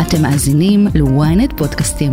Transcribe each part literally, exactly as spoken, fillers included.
אתם מאזינים ל-ynet פודקאסטים.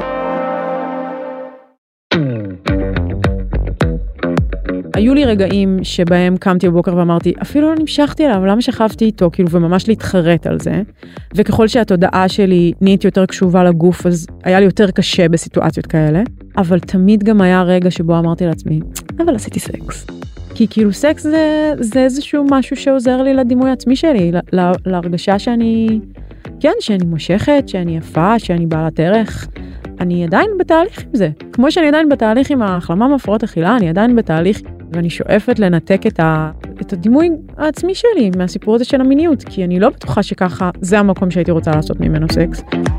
היו לי רגעים שבהם קמתי בבוקר ואמרתי, אפילו לא נמשכתי אליו, למה שכבתי איתו, כאילו, וממש להתחרט על זה. וככל שהתודעה שלי נהיית יותר קשובה לגוף, אז היה לי יותר קשה בסיטואציות כאלה. אבל תמיד גם היה רגע שבו אמרתי לעצמי, אבל עשיתי סקס. כי כאילו סקס זה, זה איזשהו משהו שעוזר לי לדימוי עצמי שלי, לה, להרגשה שאני, כן, שאני מושכת, שאני יפה, שאני בעלת ערך. אני עדיין בתהליך עם זה. כמו שאני עדיין בתהליך עם ההחלמה מהפרעות אכילה, אני עדיין בתהליך, ואני שואפת לנתק את, ה, את הדימוי העצמי שלי מהסיפור הזה של המיניות, כי אני לא בטוחה שככה זה המקום שהייתי רוצה לעשות ממנו סקס.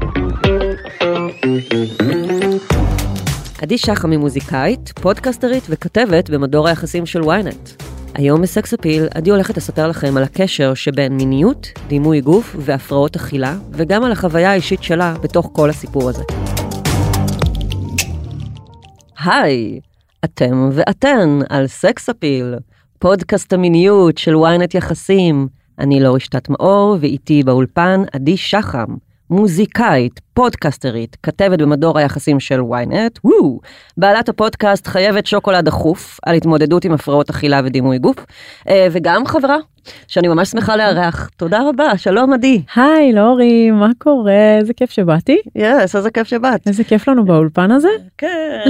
עדי שחם היא מוזיקאית, פודקאסטרית וכתבת במדור היחסים של ynet. היום בסקס אפיל, עדי הולכת לספר לכם על הקשר שבין מיניות, דימוי גוף והפרעות אכילה, וגם על החוויה האישית שלה בתוך כל הסיפור הזה. היי, אתם ואתן על סקס אפיל, פודקאסט המיניות של ynet יחסים. אני לא רשתת מאור, ואיתי באולפן עדי שחם, מוזיקאית, פודקאסטרית, כתבת במדור היחסים של ynet, וואו, בעלת הפודקאסט חייבת שוקולד דחוף, על התמודדות עם הפרעות אכילה ודימוי גוף, וגם חברה, שאני ממש שמחה לארח. תודה רבה, שלום עדי. היי לורי, מה קורה? איזה כיף שבאתי. יס, איזה כיף שבאת. איזה כיף לנו באולפן הזה. כן.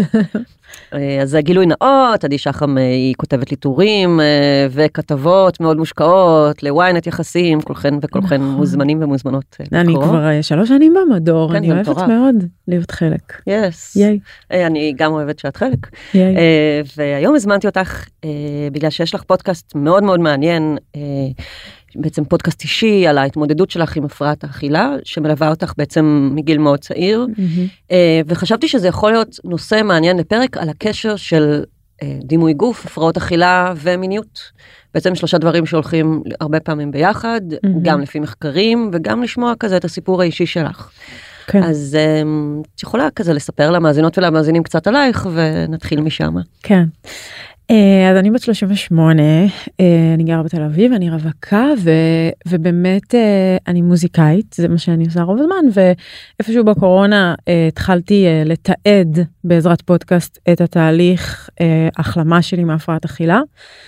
אז זה גילוי נאות, עדי שחם היא כותבת לי טורים וכתבות מאוד מושקעות, ל-ynet יחסים, כולכן וכולכן מוזמנים ומוזמנות. אני כבר שלוש שנים במדור, אני אוהבת מאוד להיות חלק. יס. אני גם אוהבת שאת חלק. והיום הזמנתי אותך בגלל שיש לך פודקאסט מאוד מאוד מעניין, בעצם פודקאסט אישי על ההתמודדות שלך עם הפרעת האכילה, שמלווה אותך בעצם מגיל מאוד צעיר, mm-hmm. וחשבתי שזה יכול להיות נושא מעניין לפרק על הקשר של דימוי גוף, הפרעות אכילה ומיניות. בעצם שלושה דברים שהולכים הרבה פעמים ביחד, mm-hmm. גם לפי מחקרים, וגם לשמוע כזה את הסיפור האישי שלך. כן. אז את יכולה כזה לספר למאזינות ולמאזינים קצת עלייך, ונתחיל משם. כן. אז אני בת שלושים ושמונה, אני גרה בתל אביב, אני רווקה, ובאמת אני מוזיקאית, זה מה שאני עושה רוב הזמן, ואיפשהו בקורונה התחלתי לתעד בעזרת פודקאסט את התהליך החלמה שלי מהפרעת אכילה.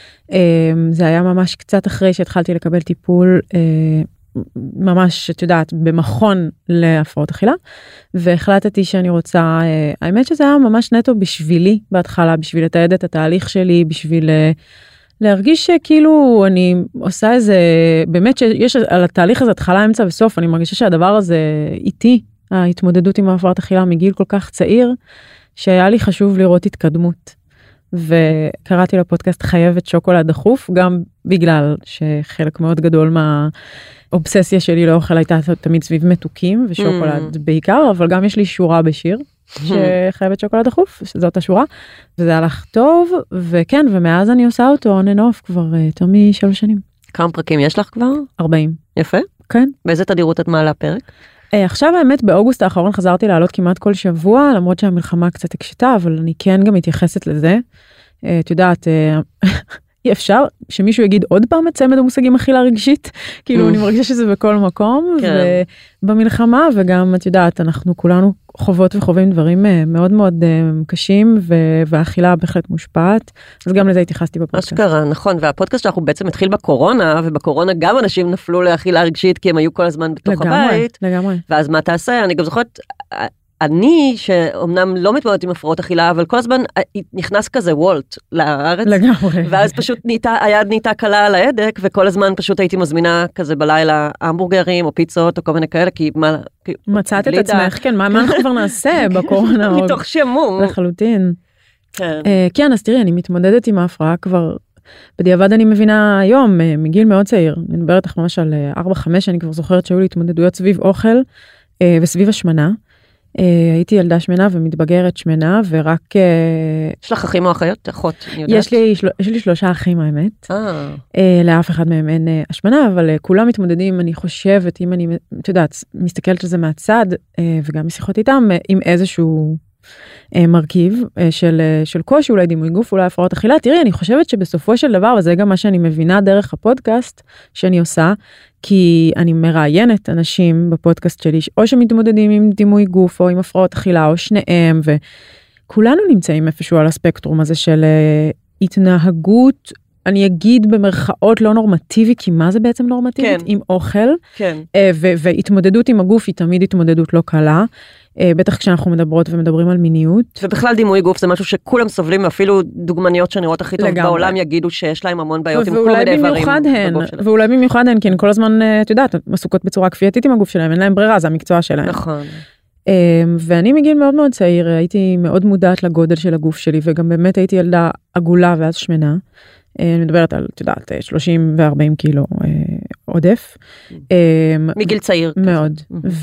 זה היה ממש קצת אחרי שהתחלתי לקבל טיפול ממש, את יודעת, במכון להפרעות אכילה, והחלטתי שאני רוצה, האמת שזה היה ממש נטו בשבילי, בהתחלה, בשביל לתעד את התהליך שלי, בשביל להרגיש שכאילו אני עושה איזה, באמת שיש על התהליך הזה התחלה, אמצע וסוף, אני מרגישה שהדבר הזה איתי, ההתמודדות עם ההפרעת אכילה מגיל כל כך צעיר, שהיה לי חשוב לראות התקדמות. וקראתי לפודקאסט חייבת שוקולד דחוף, גם בגלל שחלק מאוד גדול מהאובססיה שלי לאוכל הייתה תמיד סביב מתוקים ושוקולד mm. בעיקר, אבל גם יש לי שורה בשיר שחייבת שוקולד דחוף, שזאת השורה, וזה הלך טוב, וכן, ומאז אני עושה אותו on and off כבר יותר משלוש שנים. כמה פרקים יש לך כבר? ארבעים. יפה. כן. באיזה תדירות את מעלה פרק? עכשיו האמת באוגוסט האחרון חזרתי לעלות כמעט כל שבוע, למרות שהמלחמה קצת הקשתה, אבל אני כן גם מתייחסת לזה. את יודעת, אי אפשר שמישהו יגיד עוד פעם את צמד המושגים אכילה רגשית, כאילו אני מרגישה שזה בכל מקום, ובמלחמה, וגם את יודעת, אנחנו כולנו חוות וחווים דברים מאוד מאוד קשים, והאכילה בהחלט מושפעת, אז גם לזה התייחסתי בפודקאסט. אשכרה, נכון, והפודקאסט שאנחנו בעצם התחיל בקורונה, ובקורונה גם אנשים נפלו לאכילה רגשית, כי הם היו כל הזמן בתוך הבית. לגמרי. ואז מה תעשה? אני גם זוכרת, אני, שאומנם לא מתמודדת עם הפרעות אכילה, אבל כל הזמן נכנס כזה וולט לארץ. לגמרי. ואז פשוט ניתה, היד ניתה קלה על ההדק, וכל הזמן פשוט הייתי מזמינה כזה בלילה המבורגרים או פיצות או כל מיני כאלה, כי מה... מצאת את עצמך, כן, מה אנחנו כבר נעשה בקורונה? מתוך שעמום. לחלוטין. כן. כן, אז תראי, אני מתמודדת עם ההפרעה כבר, בדיעבד אני מבינה היום, מגיל מאוד צעיר, אני מדברת לך ממש על ארבע חמש, אני כבר זוכרת שהיו לי התמודדויות סביב אוכל וסביב השמנה. הייתי ילדה שמנה ומתבגרת שמנה, ורק... יש לך אחים או אחיות? אחות, אני יודעת. יש לי, יש לי שלושה אחים, האמת. לאף אחד מהם אין השמנה, אבל כולם מתמודדים, אני חושבת, אם אני, את יודעת, מסתכלת על זה מהצד, וגם משיחות איתם, עם איזשהו מרכיב של, של קושי, אולי דימוי גוף, אולי הפרעות אכילה. תראי, אני חושבת שבסופו של דבר, וזה גם מה שאני מבינה דרך הפודקאסט שאני עושה, כי אני מראיינת אנשים בפודקאסט שלי, או שמתמודדים עם דימוי גוף, או עם הפרעות אכילה, או שניהם, וכולנו נמצאים איפשהו על הספקטרום הזה של התנהגות, אני אגיד במרכאות לא נורמטיבי, כי מה זה בעצם נורמטיבית? כן. עם אוכל, כן. ו- והתמודדות עם הגוף היא תמיד התמודדות לא קלה, בטח כשאנחנו מדברות ומדברים על מיניות. ובכלל דימוי גוף זה משהו שכולם סובלים, אפילו דוגמניות שנראות הכי טוב בעולם יגידו שיש להם המון בעיות עם כל מיני איברים. ואולי במיוחד הן, כי הן כל הזמן, את יודעת, עסוקות בצורה כפייתית עם הגוף שלהם, אין להם ברירה, זה המקצוע שלהם. נכון. ואני מגיל מאוד מאוד צעיר, הייתי מאוד מודעת לגודל של הגוף שלי, וגם באמת הייתי ילדה עגולה ואז שמנה. אני מדברת על, את יודעת, שלושים וארבעים קילו עודף. מגיל צעיר. מאוד.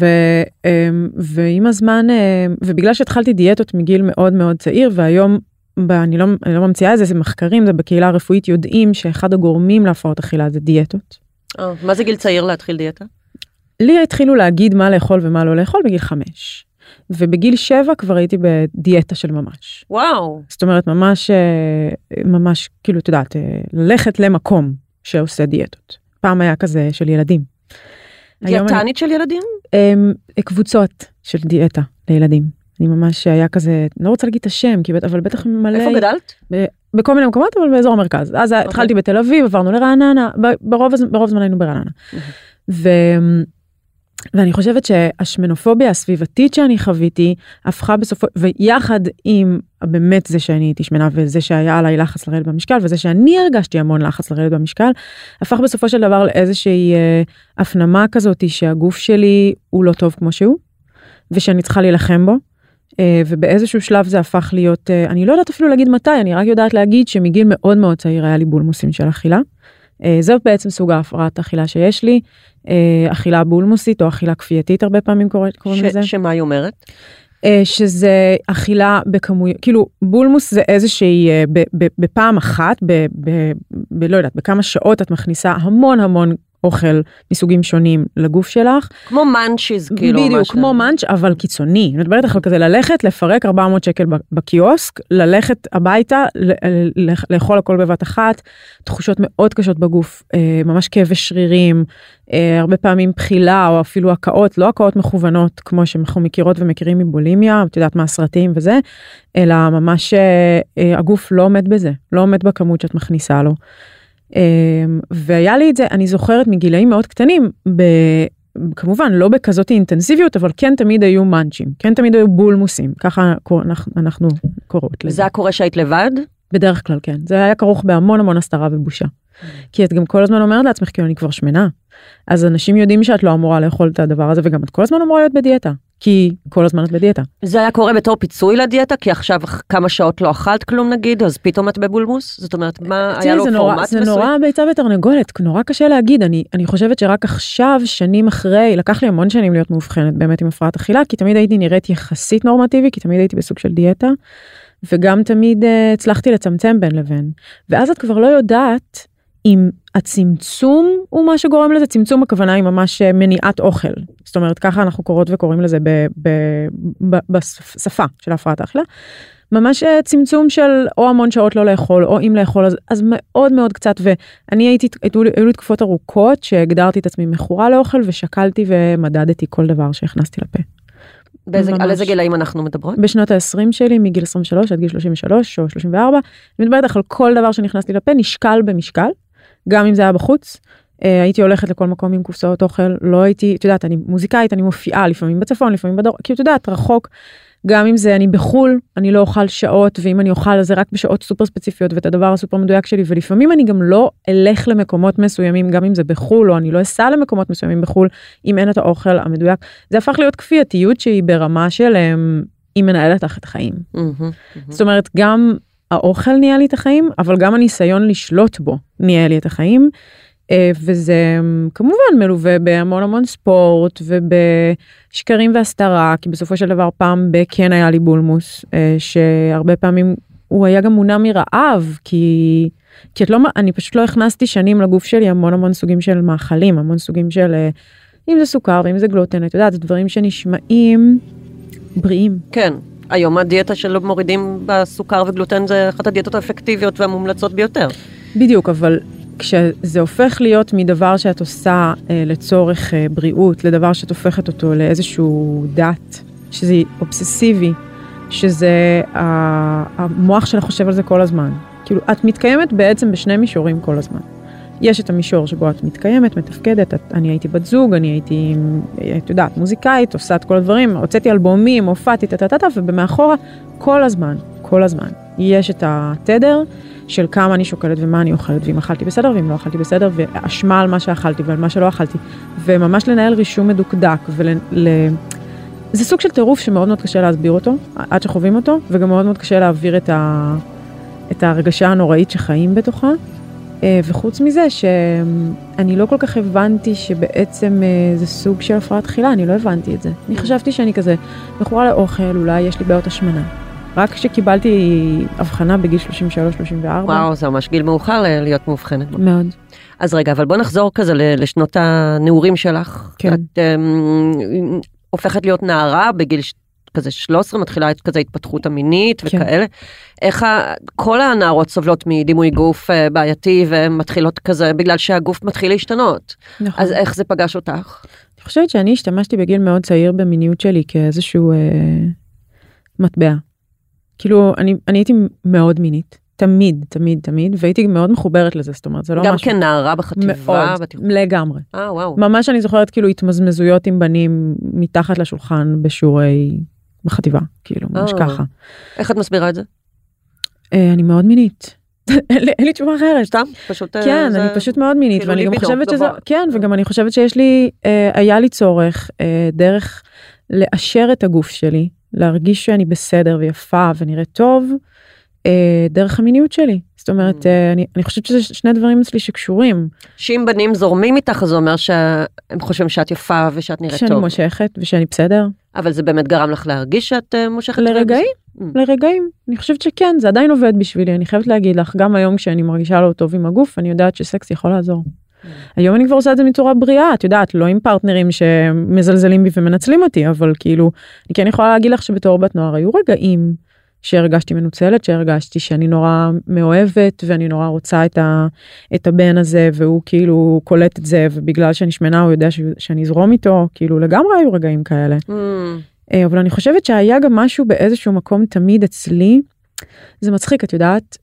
ועם הזמן, ובגלל שהתחלתי דיאטות מגיל מאוד מאוד צעיר, והיום, אני לא ממציאה איזה, זה מחקרים, זה בקהילה הרפואית יודעים שאחד הגורמים להפרעות אכילה זה דיאטות. מה זה גיל צעיר להתחיל דיאטה? לי התחילו להגיד מה לאכול ומה לא לאכול בגיל חמש. ובגיל שבע כבר הייתי בדיאטה של ממש. וואו. זאת אומרת, ממש, ממש, כאילו, את יודעת, ללכת למקום שעושה דיאטות. פעם היה כזה של ילדים. דיאטנית של ילדים? קבוצות של דיאטה לילדים. אני ממש היה כזה, לא רוצה להגיד את השם, אבל בטח מלא... איפה גדלת? בכל מיני מקומות, אבל באזור המרכז. אז התחלתי בתל אביב, עברנו לרעננה, ברוב זמן היינו ברעננה. ו... ואני חושבת שהשמנופוביה הסביבתית שאני חוויתי, הפכה בסופו, ויחד עם באמת זה שאני הייתי שמנה, וזה שהיה עליי לחץ לרדת במשקל, וזה שאני הרגשתי המון לחץ לרדת במשקל, הפך בסופו של דבר לאיזושהי אה, הפנמה כזאת, שהגוף שלי הוא לא טוב כמו שהוא, ושאני צריכה להילחם בו, אה, ובאיזשהו שלב זה הפך להיות, אה, אני לא יודעת אפילו להגיד מתי, אני רק יודעת להגיד שמגיל מאוד מאוד צעיר היה לי בולמוסים של אכילה, זאת בעצם סוג ההפרעת אכילה שיש לי, אכילה בולמוסית או אכילה כפייתית הרבה פעמים קוראים לזה. שמה היא אומרת? שזה אכילה בכמויות, כאילו בולמוס זה איזושהי, בפעם אחת, לא יודעת, בכמה שעות את מכניסה המון המון אוכל מסוגים שונים לגוף שלך. כמו מאנצ'יז, כאילו. בדיוק, כמו מאנצ' אבל קיצוני. אני מדברת לך על כזה, ללכת, לפרק ארבע מאות שקל בקיוסק, ללכת הביתה, לאכול הכל בבת אחת, תחושות מאוד קשות בגוף, ממש כאבי שרירים, הרבה פעמים בחילה, או אפילו הקאות, לא הקאות מכוונות, כמו שאנחנו מכירות ומכירים מבולימיה, את יודעת מה הסרטים וזה, אלא ממש הגוף לא עומד בזה, לא עומד בכמות שאת מכניסה לו. והיה לי את זה, אני זוכרת מגילאים מאוד קטנים, כמובן לא בכזאת אינטנסיביות, אבל כן תמיד היו מאנצ'ים, כן תמיד היו בולמוסים, ככה אנחנו קוראות לזה. זה היה קורה שהיית לבד? בדרך כלל כן, זה היה כרוך בהמון המון הסתרה ובושה. כי את גם כל הזמן אומרת לעצמך, כאילו אני כבר שמנה, אז אנשים יודעים שאת לא אמורה לאכול את הדבר הזה, וגם את כל הזמן אמורה להיות בדיאטה, כי כל הזמן את בדיאטה. זה היה קורה בתור פיצוי לדיאטה, כי עכשיו כמה שעות לא אכלת כלום נגיד, אז פתאום את בבולמוס? זאת אומרת, מה היה לו פורמט מסוים? זה נורא ביצה ותרנגולת, נורא קשה להגיד, אני, אני חושבת שרק עכשיו, שנים אחרי, לקח לי המון שנים להיות מאובחנת באמת עם הפרעת אכילה, כי תמיד הייתי נראית יחסית נורמטיבי, כי תמיד הייתי בסוג של דיאטה, וגם תמיד uh, הצלחתי לצמצם בין לבין. ואז את כבר לא יודעת אם הצמצום הוא מה שגורם לזה, צמצום הכוונה היא ממש מניעת אוכל. זאת אומרת, ככה אנחנו קוראות וקוראים לזה ב, ב, ב, בשפה של הפרעת האכילה. ממש צמצום של או המון שעות לא לאכול, או אם לאכול, אז, אז מאוד מאוד קצת, ואני הייתי, היו לי תקופות ארוכות שהגדרתי את עצמי מכורה לאוכל, ושקלתי ומדדתי כל דבר שהכנסתי לפה. באיזה, על איזה גילאים אנחנו מדברות? בשנות ה-עשרים שלי, מגיל עשרים ושלוש עד גיל שלושים ושלוש או שלושים וארבע, אני מדברת על כל דבר שנכנסתי לפה, נשקל במשקל, גם אם זה היה בחוץ, הייתי הולכת לכל מקום עם קופסאות אוכל, לא הייתי, את יודעת, אני מוזיקאית, אני מופיעה לפעמים בצפון, לפעמים בדרום, כי את יודעת, רחוק, גם אם זה אני בחול, אני לא אוכל שעות, ואם אני אוכל, אז זה רק בשעות סופר ספציפיות, ואת הדבר הסופר מדויק שלי, ולפעמים אני גם לא אלך למקומות מסוימים, גם אם זה בחול, או אני לא אסע למקומות מסוימים בחול, אם אין את האוכל המדויק. זה הפך להיות כפייתיות שהיא ברמה של, היא מנהלת לך את החיים. זאת אומרת, גם האוכל נהיה לי את החיים, אבל גם הניסיון לשלוט בו נהיה לי את החיים, וזה כמובן מלווה בהמון המון ספורט ובשקרים והסתרה, כי בסופו של דבר פעם בכן היה לי בולמוס, שהרבה פעמים הוא היה גם מונע מרעב, כי, כי את לא, אני פשוט לא הכנסתי שנים לגוף שלי המון המון סוגים של מאכלים, המון סוגים של, אם זה סוכר ואם זה גלוטן, את יודעת, זה דברים שנשמעים בריאים. כן. היום הדיאטה של מורידים בסוכר וגלוטן זה אחת הדיאטות האפקטיביות והמומלצות ביותר. בדיוק, אבל כשזה הופך להיות מדבר שאת עושה אה, לצורך אה, בריאות, לדבר שאת הופכת אותו לאיזשהו דת, שזה אובססיבי, שזה אה, המוח שלה חושב על זה כל הזמן. כאילו, את מתקיימת בעצם בשני מישורים כל הזמן. יש את המישור שבו את מתקיימת, מתפקדת, את, אני הייתי בת זוג, אני הייתי, את יודעת, מוזיקאית, עושה את כל הדברים, הוצאתי אלבומים, הופעתי, תתתתת, ובמאחורה כל הזמן, כל הזמן. יש את התדר של כמה אני שוקלת ומה אני אוכלת, ואם אכלתי בסדר ואם לא אכלתי בסדר, ואשמה על מה שאכלתי ועל מה שלא אכלתי, וממש לנהל רישום מדוקדק, ול... זה סוג של טירוף שמאוד מאוד קשה להסביר אותו, עד שחווים אותו, וגם מאוד מאוד קשה להעביר את, ה... את הרגשה הנוראית שחיים בתוכה. וחוץ מזה שאני לא כל כך הבנתי שבעצם זה סוג של הפרעת אכילה, אני לא הבנתי את זה. אני חשבתי שאני כזה מכורה לאוכל, אולי יש לי בעיות השמנה. רק כשקיבלתי הבחנה בגיל שלושים ושלוש שלושים וארבע. וואו, זה ממש גיל מאוחר להיות מאובחנת. מאוד. אז רגע, אבל בוא נחזור כזה לשנות הנעורים שלך. כן. את הופכת להיות נערה בגיל כזה שלוש עשרה, מתחילה את כזה התפתחות המינית וכאלה. איך כל הנערות סובלות מדימוי גוף בעייתי, ומתחילות כזה, בגלל שהגוף מתחיל להשתנות. אז איך זה פגש אותך? אני חושבת שאני השתמשתי בגיל מאוד צעיר במיניות שלי, כאיזשהו מטבע. כאילו, אני הייתי מאוד מינית. תמיד, תמיד, תמיד, והייתי מאוד מחוברת לזה, זאת אומרת, זה לא גם משהו... גם כנערה בחטיבה? מאוד, בתיכון. לגמרי. אה, וואו. ממש אני זוכרת כאילו התמזמזויות עם בנים מתחת לשולחן בשיעורי בחטיבה, כאילו, ממש ככה. איך את מסבירה את זה? אני מאוד מינית. אין לי תשובה אחרת. סתם? פשוט... כן, אני פשוט מאוד מינית, ואני גם חושבת שזה... כן, וגם אני חושבת שיש לי, היה לי צורך דרך לאשר את הגוף שלי, להרגיש שאני בסדר ויפה ונראית טוב, דרך המיניות שלי. זאת אומרת, אני, אני חושבת שזה שני דברים אצלי שקשורים. שאם בנים זורמים איתך, אז זה אומר שהם חושבים שאת יפה ושאת נראית טוב. שאני מושכת ושאני בסדר. אבל זה באמת גרם לך להרגיש שאת מושכת? לרגעים, לרגעים. אני חושבת שכן, זה עדיין עובד בשבילי. אני חייבת להגיד לך, גם היום כשאני מרגישה לא טוב עם הגוף, אני יודעת שסקס יכול לעזור. היום אני כבר עושה את זה מצורה בריאה, את יודעת, לא עם פרטנרים שמזלזלים בי ומנצלים אותי, אבל כאילו, אני כן יכולה להגיד לך שבתור בת נוער היו רגעים שהרגשתי מנוצלת, שהרגשתי שאני נורא מאוהבת, ואני נורא רוצה את, ה, את הבן הזה, והוא כאילו קולט את זה, ובגלל שאני שמנה הוא יודע ש, שאני אזרום איתו, כאילו לגמרי היו רגעים כאלה. Mm. אבל אני חושבת שהיה גם משהו באיזשהו מקום תמיד אצלי, זה מצחיק, את יודעת,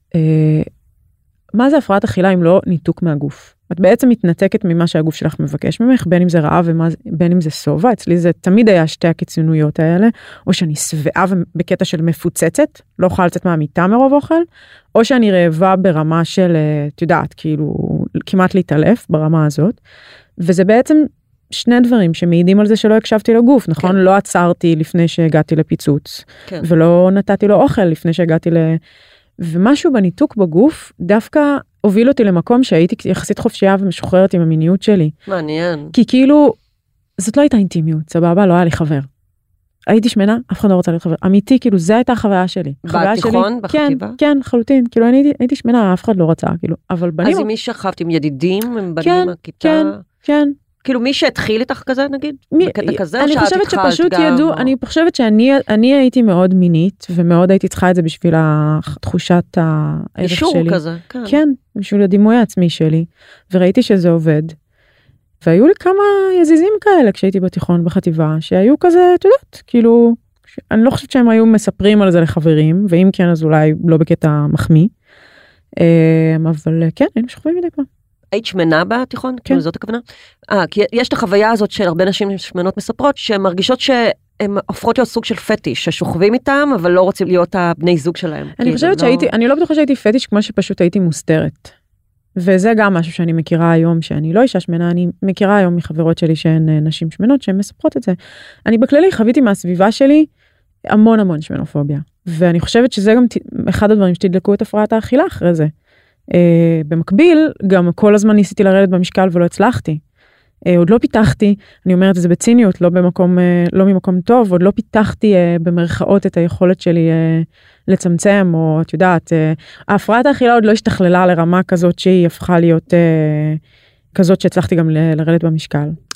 מה זה הפרעת אכילה אם לא ניתוק מהגוף? את בעצם מתנתקת ממה שהגוף שלך מבקש ממך, בין אם זה רעב ובין אם זה סובה, אצלי זה תמיד היה שתי הקיצוניות האלה, או שאני שבעה בקטע של מפוצצת, לא יכולה לצאת מהמיטה מרוב אוכל, או שאני רעבה ברמה של, את יודעת, כאילו, כמעט להתעלף ברמה הזאת, וזה בעצם שני דברים שמעידים על זה שלא הקשבתי לגוף, נכון? כן. לא עצרתי לפני שהגעתי לפיצוץ, כן. ולא נתתי לו אוכל לפני שהגעתי ל... ומשהו בניתוק בגוף דווקא הוביל אותי למקום שהייתי יחסית חופשייה ומשוחררת עם המיניות שלי. מעניין. כי כאילו, זאת לא הייתה אינטימיות, סבבה, לא היה לי חבר. הייתי שמנה, אף אחד לא רוצה להיות חבר. אמיתי, כאילו, זו הייתה החוויה שלי. בתיכון, בחטיבה? כן, כן, חלוטין. כאילו, אני הייתי, הייתי שמנה, אף אחד לא רצה, כאילו, אבל בנים... אז עם מי שכבת, עם ידידים, עם בנים כן, מהכיתה? כן, כן. כאילו מי שהתחיל איתך כזה נגיד? מי, בקטע כזה? אני חושבת שפשוט ידעו, או... אני חושבת שאני אני הייתי מאוד מינית, ומאוד הייתי צריכה את זה בשביל תחושת הערך שלי. אישור כזה, כן. כן, בשביל הדימוי העצמי שלי, וראיתי שזה עובד. והיו לי כמה יזיזים כאלה כשהייתי בתיכון בחטיבה, שהיו כזה, את יודעת, כאילו, אני לא חושבת שהם היו מספרים על זה לחברים, ואם כן אז אולי לא בקטע מחמיא, אבל כן, היינו שוכבים מדי פעם. היית שמנה בתיכון? כן. זאת הכוונה? אה, כי יש את החוויה הזאת של הרבה נשים שמנות מספרות, שהן מרגישות שהן הופכות להיות סוג של פטיש, ששוכבים איתם, אבל לא רוצים להיות הבני זוג שלהם. אני חושבת שהייתי, אני לא בטוחה שהייתי פטיש, כמו שפשוט הייתי מוסתרת. וזה גם משהו שאני מכירה היום, שאני לא אישה שמנה, אני מכירה היום מחברות שלי שהן נשים שמנות, שהן מספרות את זה. אני בכללי חוויתי מהסביבה שלי המון המון שמנופוביה. ואני חושבת שזה גם אחד הדברים שתדלקו את הפרעת האכילה אחרי זה. Uh, במקביל, גם כל הזמן ניסיתי לרדת במשקל ולא הצלחתי. Uh, עוד לא פיתחתי, אני אומרת את זה בציניות, לא במקום, uh, לא ממקום טוב, עוד לא פיתחתי uh, במרכאות את היכולת שלי uh, לצמצם, או את יודעת, uh, ההפרעת האכילה עוד לא השתכללה לרמה כזאת שהיא הפכה להיות uh, כזאת שהצלחתי גם ל- לרדת במשקל.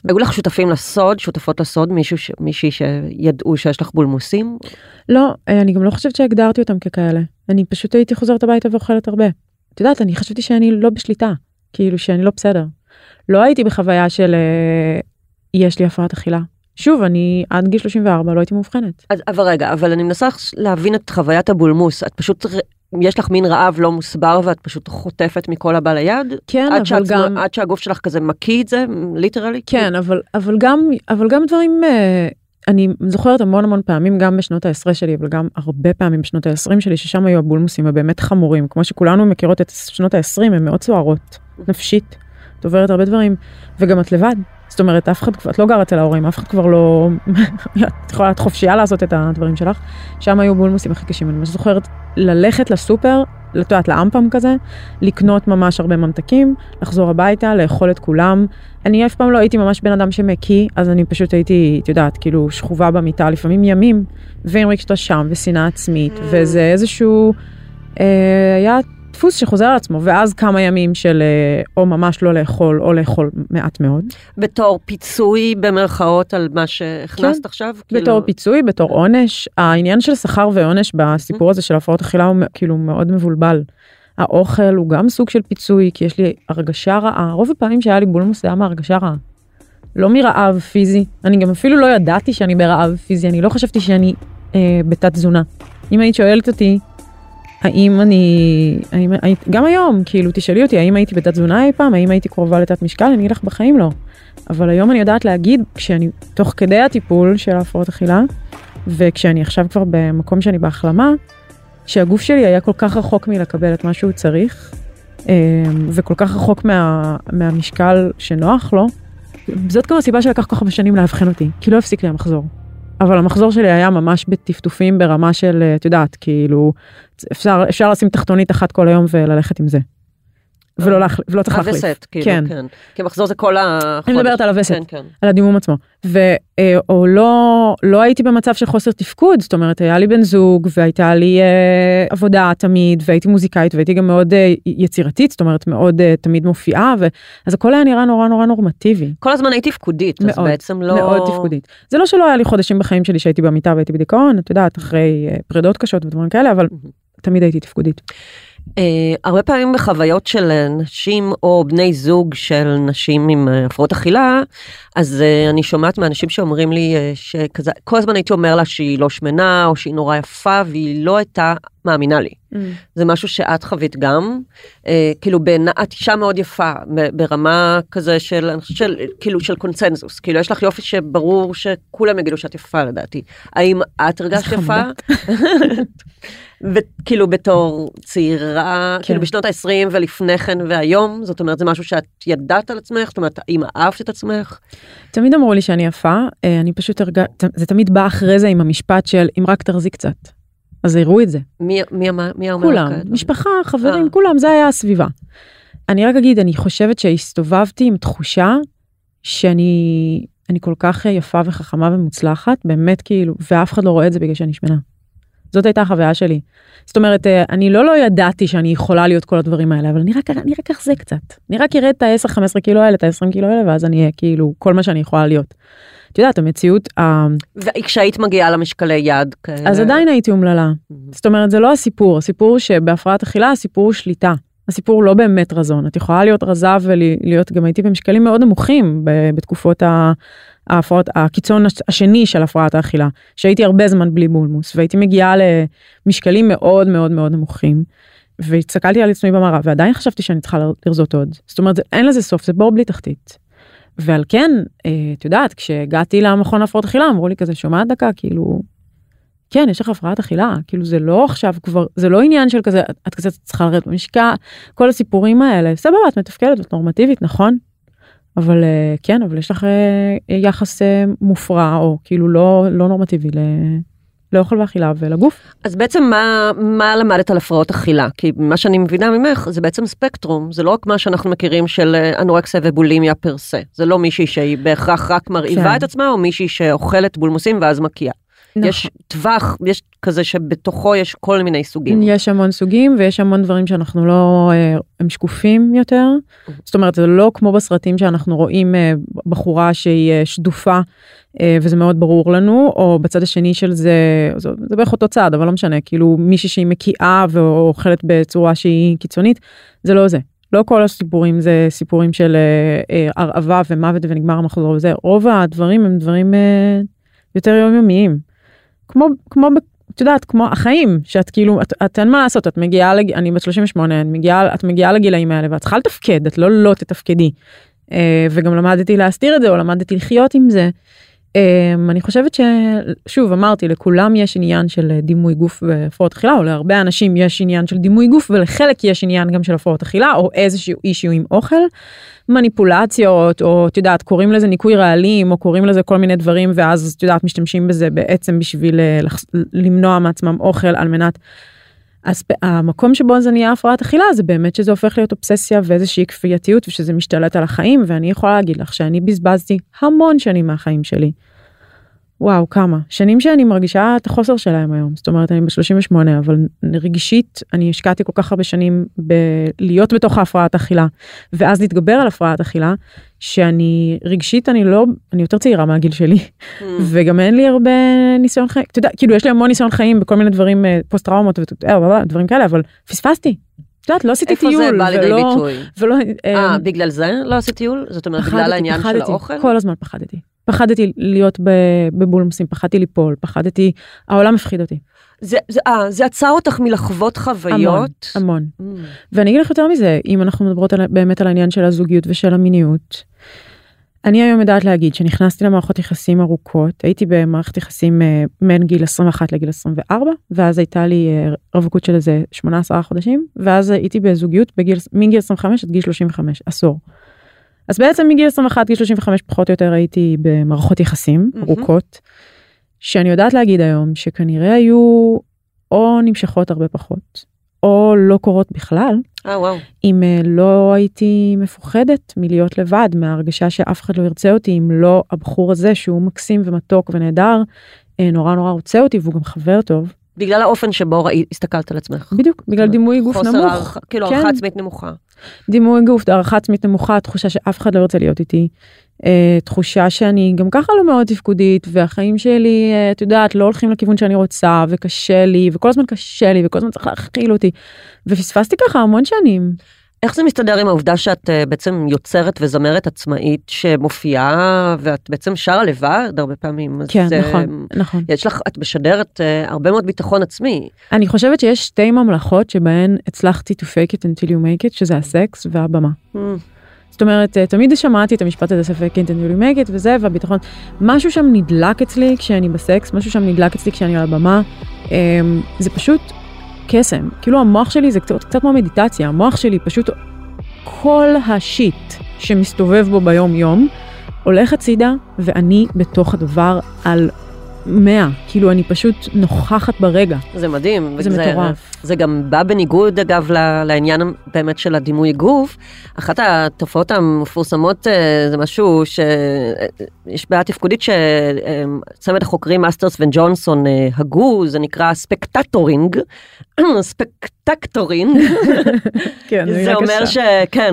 היו לך שותפים לסוד, שותפות לסוד, מישהי שידעו שיש לך בולמוסים? לא, אני גם לא חושבת שהגדרתי אותם ככאלה. אני פשוט הייתי חוזרת הביתה ואוכלת הרבה. את יודעת, אני חשבתי שאני לא בשליטה, כאילו שאני לא בסדר. לא הייתי בחוויה של יש לי הפרעת אכילה. שוב, אני עד גיל שלושים וארבע לא הייתי מאובחנת. אז, אבל רגע, אבל אני מנסה להבין את חוויית הבולמוס. את פשוט, יש לך מין רעב לא מוסבר, ואת פשוט חוטפת מכל הבא ליד? כן, עד אבל שאת, גם... עד שהגוף שלך כזה מקיא את זה, ליטרלי? כן, אבל, אבל גם, אבל גם דברים, אני זוכרת המון המון פעמים, גם בשנות העשרה שלי, אבל גם הרבה פעמים בשנות העשרים שלי, ששם היו הבולמוסים הבאמת חמורים, כמו שכולנו מכירות את שנות העשרים, הן מאוד סוערות, נפשית. את עוברת הרבה דברים, וגם את לבד. זאת אומרת, אף אחד, את לא גרה אצל ההורים, אף אחד כבר לא, את יכולה להיות חופשייה לעשות את הדברים שלך. שם היו בולמוסים הכי קשים. אני זוכרת ללכת לסופר, לתת לאמפם כזה, לקנות ממש הרבה ממתקים, לחזור הביתה, לאכול את כולם. אני אף פעם לא הייתי ממש בן אדם שמקיא, אז אני פשוט הייתי, את יודעת, כאילו שכובה במיטה, לפעמים ימים, ועם רגשת אשם ושנאה עצמית, וזה איזשהו, אה, היה דפוס שחוזר על עצמו, ואז כמה ימים של או ממש לא לאכול, או לאכול מעט מאוד. בתור פיצוי במרכאות על מה שהכנסת כן, עכשיו? בתור כאילו... פיצוי, בתור עונש. העניין של שכר ועונש בסיפור הזה של הפרעות אכילה הוא כאילו מאוד מבולבל. האוכל הוא גם סוג של פיצוי, כי יש לי הרגשה רעה. רוב הפעמים שהיה לי בולמוס זה היה מהרגשה רעה. לא מרעב פיזי. אני גם אפילו לא ידעתי שאני ברעב פיזי, אני לא חשבתי שאני אה, בתת תזונה. אם היית שואלת אותי, האם אני, האם, גם היום, כאילו, תשאלי אותי, האם הייתי בתת תזונה אי פעם, האם הייתי קרובה לתת משקל, אני אגיד לך בחיים לא. אבל היום אני יודעת להגיד, כשאני, תוך כדי הטיפול של ההפרעות אכילה, וכשאני עכשיו כבר במקום שאני בהחלמה, שהגוף שלי היה כל כך רחוק מלקבל את מה שהוא צריך, וכל כך רחוק מה, מהמשקל שנוח לו, זאת גם הסיבה שלקח כל כך הרבה שנים להבחן אותי, כי לא הפסיק לי המחזור. אבל המחזור שלי היה ממש בטפטופים ברמה של, את יודעת, כאילו, אפשר, אפשר לשים תחתונית אחת כל היום וללכת עם זה. ולא, להחל... ולא צריך להחליף. הווסת, כאילו, כן. כן. כי מחזור זה כל החודש. אני מדברת על הווסת, כן, כן. על הדימום עצמו. ו, או לא, לא הייתי במצב של חוסר תפקוד, זאת אומרת, היה לי בן זוג, והייתה לי אה, עבודה תמיד, והייתי מוזיקאית, והייתי גם מאוד אה, יצירתית, זאת אומרת, מאוד אה, תמיד מופיעה, ו... אז הכל היה נראה נורא נורא נורמטיבי. כל הזמן הייתי תפקודית, מאוד, אז בעצם לא... מאוד תפקודית. זה לא שלא היה לי חודשים בחיים שלי שהייתי במיטה והייתי בדיכאון, את יודעת, אחרי אה, פרידות קשות ודברים כאלה, אבל תמיד הייתי תפקודית. Uh, הרבה פעמים בחוויות של נשים או בני זוג של נשים עם uh, הפרעות אכילה, אז uh, אני שומעת מאנשים שאומרים לי uh, שכזה, כל הזמן הייתי אומר לה שהיא לא שמנה או שהיא נורא יפה והיא לא הייתה מאמינה לי. Mm. זה משהו שאת חווית גם, uh, כאילו את אישה מאוד יפה ברמה כזה של, של, כאילו של קונצנזוס, כאילו יש לך יופי שברור שכולם יגידו שאת יפה לדעתי. האם את הרגשת יפה? וכאילו בתור צעירה, כאילו בשנות ה-עשרים ולפני כן והיום, זאת אומרת, זה משהו שאת ידעת על עצמך, זאת אומרת, האם אהבת את עצמך? תמיד אמרו לי שאני יפה, אני פשוט הרגע, זה תמיד בא אחרי זה עם המשפט של, אם רק תרזי קצת. אז הראו את זה. מי, מי, מי אומר? כולם, משפחה, חברים, כולם, זה היה הסביבה. אני רק אגיד, אני חושבת שהסתובבתי עם תחושה שאני, אני כל כך יפה וחכמה ומוצלחת, באמת כאילו, ואף אחד לא רואה את זה בגלל שאני שמנה. זאת הייתה החוויה שלי. זאת אומרת, אני לא לא ידעתי שאני יכולה להיות כל הדברים האלה, אבל אני רק, אני רק אחזה קצת. אני רק אראה את ה-עשר חמש עשרה קילו האלה, את ה-עשרים קילו האלה, ואז אני אהיה כאילו כל מה שאני יכולה להיות. את יודעת, המציאות... וכשהיית מגיעה למשקלי יד כאלה... אז עדיין הייתי אומללה. זאת אומרת, זה לא הסיפור. הסיפור שבהפרעת אכילה, הסיפור הוא שליטה. הסיפור לא באמת רזון. את יכולה להיות רזה ולהיות, גם הייתי במשקלים מאוד נמוכים בתקופות ה... ההפרעות, הקיצון השני של הפרעת האכילה, שהייתי הרבה זמן בלי בולמוס, והייתי מגיעה למשקלים מאוד מאוד מאוד נמוכים, והצטקלתי על עצמי במראה, ועדיין חשבתי שאני צריכה לרזות עוד. זאת אומרת, אין לזה סוף, זה בור בלי תחתית. ועל כן, את יודעת, כשהגעתי למכון הפרעות אכילה, אמרו לי כזה, שומעת דקה, כאילו, כן, יש לך הפרעת אכילה, כאילו זה לא עכשיו כבר, זה לא עניין של כזה, את כזה צריכה לרדת במשקל, כל הסיפורים האלה, סבבה, את מתפקדת, את נורמטיבית, נכון? אבל כן, אבל יש לך יחס מופרע, או כאילו לא, לא נורמטיבי לאוכל ואכילה ולגוף. אז בעצם מה, מה למדת על הפרעות אכילה? כי מה שאני מבינה ממך, זה בעצם ספקטרום, זה לא רק מה שאנחנו מכירים של אנורקסיה ובולימיה פרסה. זה לא מישהי שהיא בהכרח רק מרעיבה את עצמה, או מישהי שאוכלת בולמוסים ואז מקיאה. נכון. יש טווח, יש כזה שבתוכו יש כל מיני סוגים. יש המון סוגים, ויש המון דברים שאנחנו לא, הם שקופים יותר. זאת אומרת, זה לא כמו בסרטים שאנחנו רואים בחורה שהיא שדופה, וזה מאוד ברור לנו, או בצד השני של זה, זה, זה בערך אותו צד, אבל לא משנה, כאילו מישהי שהיא מקיאה ואוכלת בצורה שהיא קיצונית, זה לא זה. לא כל הסיפורים זה סיפורים של הרעבה ומוות ונגמר המחזור וזה, רוב הדברים הם דברים יותר יומיומיים. כמו, כמו, את יודעת, כמו החיים, שאת כאילו, את, את אין מה לעשות, את מגיעה, לג... אני בת שלושים ושמונה, את מגיעה, את מגיעה לגילאים האלה, ואת צריכה לתפקד, את לא לא תתפקדי. וגם למדתי להסתיר את זה, או למדתי לחיות עם זה. אני חושבת ששוב אמרתי לכולם יש עניין של דימוי גוף והפרעות אכילה, או להרבה אנשים יש עניין של דימוי גוף, ולחלק יש עניין גם של הפרעות אכילה, או איזשהו אישיו עם אוכל, מניפולציות, או את יודעת קוראים לזה ניקוי רעלים, או קוראים לזה כל מיני דברים, ואז את יודעת משתמשים בזה בעצם בשביל למנוע מעצמם אוכל על מנת, אז המקום שבו זה נהיה הפרעת אכילה, זה באמת שזה הופך להיות אובססיה ואיזושהי כפייתיות, ושזה משתלט על החיים, ואני יכולה להגיד לך שאני בזבזתי המון שנים מהחיים שלי. וואו, כמה. שנים שאני מרגישה את החוסר שלהם היום. זאת אומרת, אני ב-שלושים ושמונה, אבל רגשית, אני השקעתי כל כך הרבה שנים בלהיות בתוך ההפרעת אכילה, ואז להתגבר על הפרעת אכילה, שאני רגשית, אני לא, אני יותר צעירה מהגיל שלי, וגם אין לי הרבה ניסיון חיים. אתה יודע, כאילו, יש לי המון ניסיון חיים בכל מיני דברים, פוסט-טראומות ודברים כאלה, אבל פספסתי. את יודעת, לא עשיתי טיול. איפה זה בא לידי ביטוי? אה, בגלל זה לא עשיתי טיול? זאת אומרת, בגלל העניין של האוכל? כל הזמן פחדתי. פחדתי להיות בבולמוסים, פחדתי ליפול, פחדתי, העולם הפחיד אותי. זה, זה, אה, זה עצר אותך מלחוות חוויות? המון, המון. Mm. ואני אגיד לך יותר מזה, אם אנחנו מדברות על, באמת על העניין של הזוגיות ושל המיניות, אני היום יודעת להגיד שנכנסתי למערכות יחסים ארוכות, הייתי במערכת יחסים בין גיל עשרים ואחת לגיל עשרים וארבע, ואז הייתה לי רווקות של איזה שמונה עשרה חודשים, ואז הייתי בזוגיות בגיל, מגיל עשרים וחמש עד גיל שלושים וחמש, עשור. אז בעצם מגיל עשרים ואחת, גיל שלושים וחמש פחות או יותר הייתי במערכות יחסים ארוכות, שאני יודעת להגיד היום שכנראה היו או נמשכות הרבה פחות, או לא קורות בכלל, אה, וואו. אם לא הייתי מפוחדת מלהיות לבד, מההרגשה שאף אחד לא ירצה אותי, אם לא הבחור הזה שהוא מקסים ומתוק ונהדר, נורא נורא רוצה אותי, והוא גם חבר טוב. בגלל האופן שבו ראי, הסתכלת על עצמך. בדיוק, בגלל דימוי גוף נמוך. חוסר, כאילו, הערכה עצמית נמוכה. דימוי גוף, הערכה עצמית נמוכה, תחושה שאף אחד לא ירצה להיות איתי, תחושה שאני גם ככה לא מאוד תפקודית, והחיים שלי, את יודעת, לא הולכים לכיוון שאני רוצה, וקשה לי, וכל הזמן קשה לי, וכל הזמן צריך להכיל אותי, ופספסתי ככה המון שנים. איך זה מסתדר עם העובדה שאת בעצם יוצרת וזמרת עצמאית שמופיעה, ואת בעצם שרה לבד הרבה פעמים? כן, זה, נכון, נכון. יש לך, את משדרת הרבה מאוד ביטחון עצמי. אני חושבת שיש שתי ממלכות שבהן הצלחתי to fake it until you make it, שזה הסקס והבמה. Mm. זאת אומרת, תמיד שמעתי את המשפט הזה, fake it until you make it, וזה, והביטחון. משהו שם נדלק אצלי כשאני בסקס, משהו שם נדלק אצלי כשאני על הבמה. זה פשוט קסם. כאילו המוח שלי זה קצת, קצת כמו מדיטציה. המוח שלי פשוט כל השיט שמסתובב בו ביום יום, הולך הצידה, ואני בתוך הדבר על מאה. כאילו אני פשוט נוכחת ברגע. זה מדהים. זה מטורף. זה גם בא בניגוד, אגב, לעניין באמת של הדימוי גוף. אחת התופעות המפורסמות זה משהו שיש בעיה תפקודית שצמד החוקרים מאסטרס וג'ונסון הגו, זה נקרא ספקטטורינג. ספקטטורינג. כן, זה אומר ש... כן.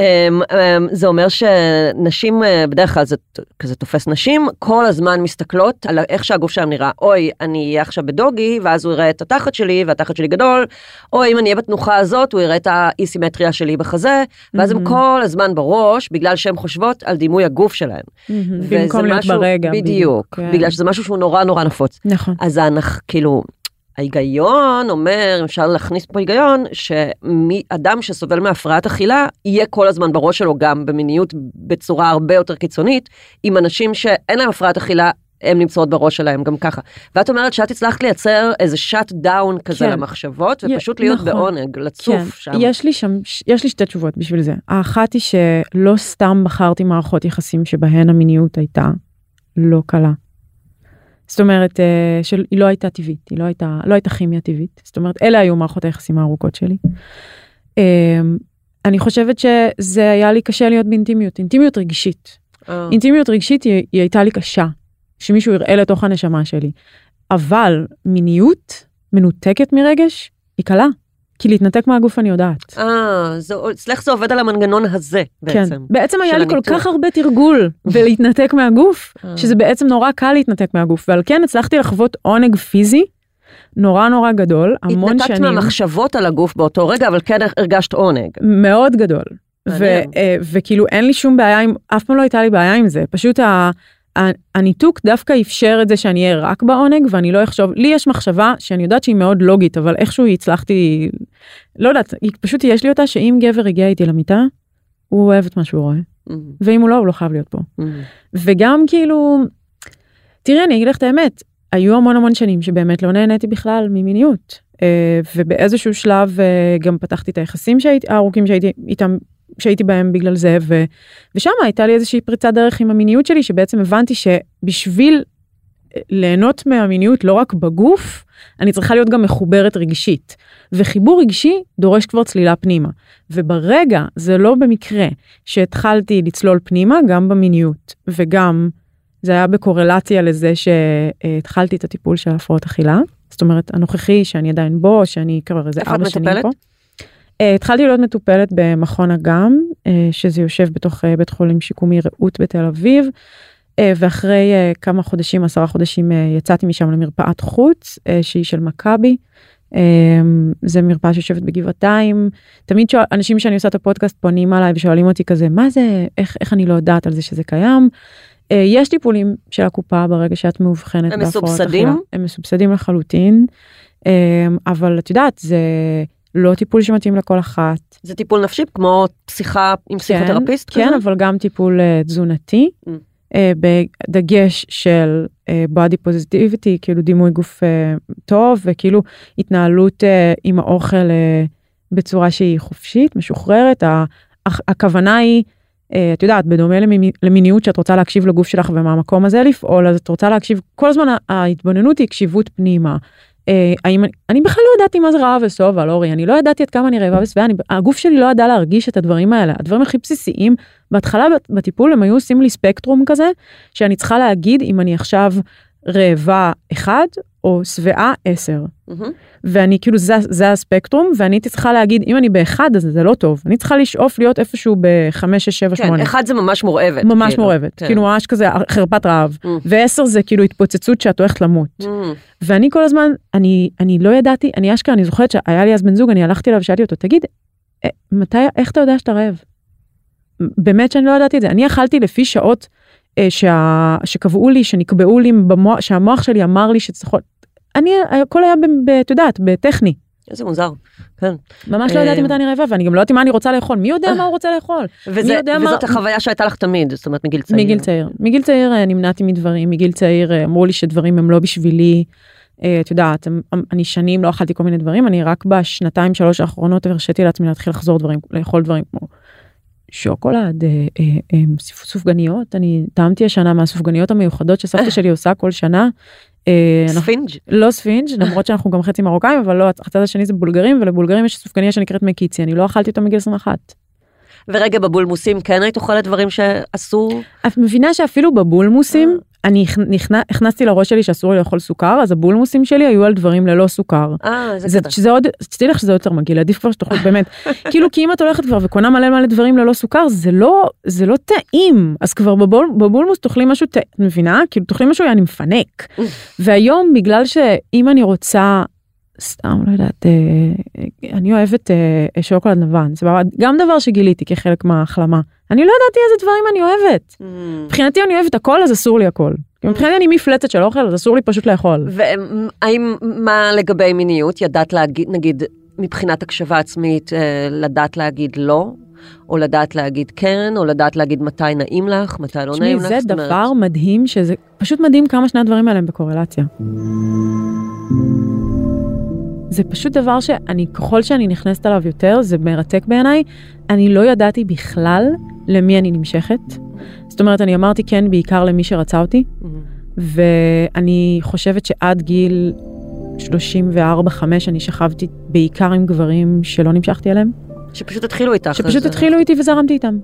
זה אומר שנשים, בדרך כלל זה כזה תופס נשים, כל הזמן מסתכלות על איך שהגוף שלהם נראה. אוי, אני אהיה עכשיו בדוגי, ואז הוא יראה את התחת שלי, והתחת שלי גדול, או אם אני אהיה בתנוחה הזאת, הוא יראה את האי-סימטריה שלי בחזה, ואז הם כל הזמן בראש, בגלל שהן חושבות על דימוי הגוף שלהם. במקום להיות ברגע. בדיוק, בגלל שזה משהו שהוא נורא נורא נפוץ. נכון. אז אנחנו, כאילו, ההיגיון אומר, אפשר להכניס פה היגיון, שאדם שסובל מהפרעת אכילה, יהיה כל הזמן בראש שלו גם במיניות בצורה הרבה יותר קיצונית, עם אנשים שאין להם הפרעת אכילה, הם נמצאות בראש שלהם גם ככה. ואת אומרת שאת הצלחת לייצר איזה שאט דאון כזה למחשבות, ופשוט להיות בעונג, לצוף שם. יש לי שם, יש לי שתי תשובות בשביל זה. האחת היא שלא סתם בחרתי מערכות יחסים שבהן המיניות הייתה לא קלה. זאת אומרת, שהיא לא הייתה טבעית, היא לא הייתה, לא הייתה כימיה טבעית. זאת אומרת, אלה היו מערכות היחסים הארוכות שלי. אני חושבת שזה היה לי קשה להיות באינטימיות, אינטימיות רגשית. אינטימיות רגשית היא, היא הייתה לי קשה. שמישהו יראה לתוך הנשמה שלי. אבל מיניות מנותקת מרגש, היא קלה. כי להתנתק מהגוף אני יודעת. אה, אצלך זה עובד על המנגנון הזה בעצם. כן, בעצם היה לי כל כך הרבה תרגול בלהתנתק מהגוף, שזה בעצם נורא קל להתנתק מהגוף, ועל כן הצלחתי לחוות עונג פיזי, נורא נורא גדול, המון שנים. התנתקת מהמחשבות על הגוף באותו רגע, אבל כן הרגשת עונג. מאוד גדול. וכאילו אין לי שום בעיה, אף פעם לא הייתה לי בעיה עם זה, פשוט הניתוק דווקא אפשר את זה שאני אהיה רק בעונג, ואני לא אחשוב, לי יש מחשבה שאני יודעת שהיא מאוד לוגית, אבל איכשהו הצלחתי, לא יודעת, פשוט יש לי אותה שאם גבר הגיע איתי למיטה, הוא אוהב את מה שהוא רואה. ואם הוא לא, הוא לא חייב להיות פה. וגם כאילו, תראי, אני אגיד לך את האמת, היו המון המון שנים שבאמת לא נהניתי בכלל ממיניות, ובאיזשהו שלב גם פתחתי את היחסים הארוכים שהייתי איתם, שהייתי בהם בגלל זה, ו... ושם הייתה לי איזושהי פריצת דרך עם המיניות שלי, שבעצם הבנתי שבשביל ליהנות מהמיניות לא רק בגוף, אני צריכה להיות גם מחוברת רגשית. וחיבור רגשי דורש כבר צלילה פנימה. וברגע, זה לא במקרה, שהתחלתי לצלול פנימה, גם במיניות, וגם זה היה בקורלציה לזה שהתחלתי את הטיפול של הפרעות אכילה. זאת אומרת, הנוכחי שאני עדיין בו, שאני כבר איזה ארבע שנים פה. התחלתי להיות מטופלת במכון אגם, שזה יושב בתוך בית חולים שיקומי רעות בתל אביב, ואחרי כמה חודשים, עשרה חודשים, יצאתי משם למרפאת חוץ, שהיא של מכבי. זה מרפאה שיושבת בגבעתיים. תמיד אנשים שאני עושה את הפודקאסט פונים עליי ושואלים אותי כזה, מה זה, איך, איך אני לא יודעת על זה שזה קיים? יש טיפולים של הקופה ברגע שאת מאובחנת. הם מסובסדים? הם מסובסדים לחלוטין, אבל את יודעת, זה לא טיפול שמתאים לכל אחת. זה טיפול נפשי, כמו שיחה עם פסיכותרפיסט? כן, כן, אבל גם טיפול תזונתי, בדגש של body positivity, כאילו דימוי גוף טוב, וכאילו התנהלות עם האוכל בצורה שהיא חופשית, משוחררת. הכוונה היא, את יודעת, בדומה למיניות שאת רוצה להקשיב לגוף שלך ומהמקום הזה לפעול, אז את רוצה להקשיב, כל הזמן ההתבוננות היא קשיבות פנימה. האם, אני בכלל לא ידעתי מה זה רעב ושובע, אורי, אני לא ידעתי עד כמה אני רעבה ושבעה, הגוף שלי לא ידע להרגיש את הדברים האלה, הדברים הכי בסיסיים, בהתחלה בטיפול הם היו עושים לי ספקטרום כזה, שאני צריכה להגיד אם אני עכשיו רעבה אחד, או שבעה עשר. ואני כאילו, זה, זה הספקטרום, ואני צריכה להגיד, אם אני באחד, אז זה לא טוב. אני צריכה לשאוף להיות איפשהו בחמש, שש, שבע, שמונה. כן, אחד זה ממש מורעבת. ממש כאילו. מורעבת. כן. כאילו, ממש כזה חרפת רעב. Mm. ועשר זה כאילו התפוצצות שאת הולכת למות. Mm. ואני כל הזמן, אני, אני לא ידעתי, אני אשכרה, אני זוכרת שהיה לי אז בן זוג, אני הלכתי אליו ושאלתי אותו, תגיד, מתי, איך אתה יודע שאתה רעב? באמת שאני לא ידעתי את זה. אני אכלתי לפי שעות שה, שקבעו לי, שנקבעו לי, במוח, שהמוח שלי אמר לי שצריכות, אני, הכל היה, את יודעת, בטכני. איזה מוזר, כן. ממש לא ידעתי מתי אני רעבה, ואני גם לא יודעת מה אני רוצה לאכול. מי יודע מה הוא רוצה לאכול? וזאת החוויה שהייתה לך תמיד, זאת אומרת, מגיל צעיר. מגיל צעיר. מגיל צעיר נמנעתי מדברים, מגיל צעיר אמרו לי שדברים הם לא בשבילי, את יודעת, אני שנים לא אכלתי כל מיני דברים, אני רק בשנתיים, שלוש האחרונות הרשיתי לעצמי להתחיל לחזור דברים, לאכול דברים כמו שוקולד, סופגניות, אני טעמתי השנה מהסופגניות המיוחדות שסבתא שלי עושה כל שנה. ספינג'? לא ספינג', למרות שאנחנו גם חצי מרוקאים, אבל לא, הצד השני זה בולגרים, ולבולגרים יש סופגניה שנקראת מקיצי, אני לא אכלתי אותה מגיל עשרים ואחת. ורגע בבולמוסים, כן היית אוכלת דברים שאסור? את מבינה שאפילו בבולמוסים, אני הכנסתי לראש שלי שאסור לי לאכול סוכר, אז הבולמוסים שלי היו על דברים ללא סוכר. אה, זה קטע. שזה עוד, תצטי לך שזה יותר מגיל, עדיף כבר שתאכול באמת. כאילו, כי אם את הולכת כבר וקונה מלא מלא דברים ללא סוכר, זה לא, זה לא טעים. אז כבר בבולמוס תאכלי משהו, את מבינה? כאילו, תאכלי משהו, אני מפנק. והיום, בגלל שאם אני רוצה, סתם, לא יודעת, אני אוהבת שוקולד לבן, זה גם דבר שגיליתי כחלק מההחלמה. אני לא ידעתי איזה דברים אני אוהבת. מבחינתי אני אוהבת הכל, אז אסור לי הכל. מבחינתי אני מפלצת של אוכל, אז אסור לי פשוט לאכול. והאם, מה לגבי מיניות? ידעת להגיד, נגיד, מבחינת הקשבה עצמית, לדעת להגיד לא? או לדעת להגיד כן, או לדעת להגיד מתי נעים לך, מתי לא נעים לך? זה דבר מדהים, שזה פשוט מדהים כמה שני הדברים האלה הם בקורלציה. זה פשוט דבר שאני, ככל שאני נכנסת עליו יותר, זה מרתק בעיניי, אני לא ידעתי בכלל למי אני נמשכת. זאת אומרת, אני אמרתי כן בעיקר למי שרצה אותי, ואני חושבת שעד גיל שלושים וארבע חמש אני שכבתי בעיקר עם גברים שלא נמשכתי עליהם. שפשוט התחילו איתך. שפשוט התחילו איתי וזרמתי איתם.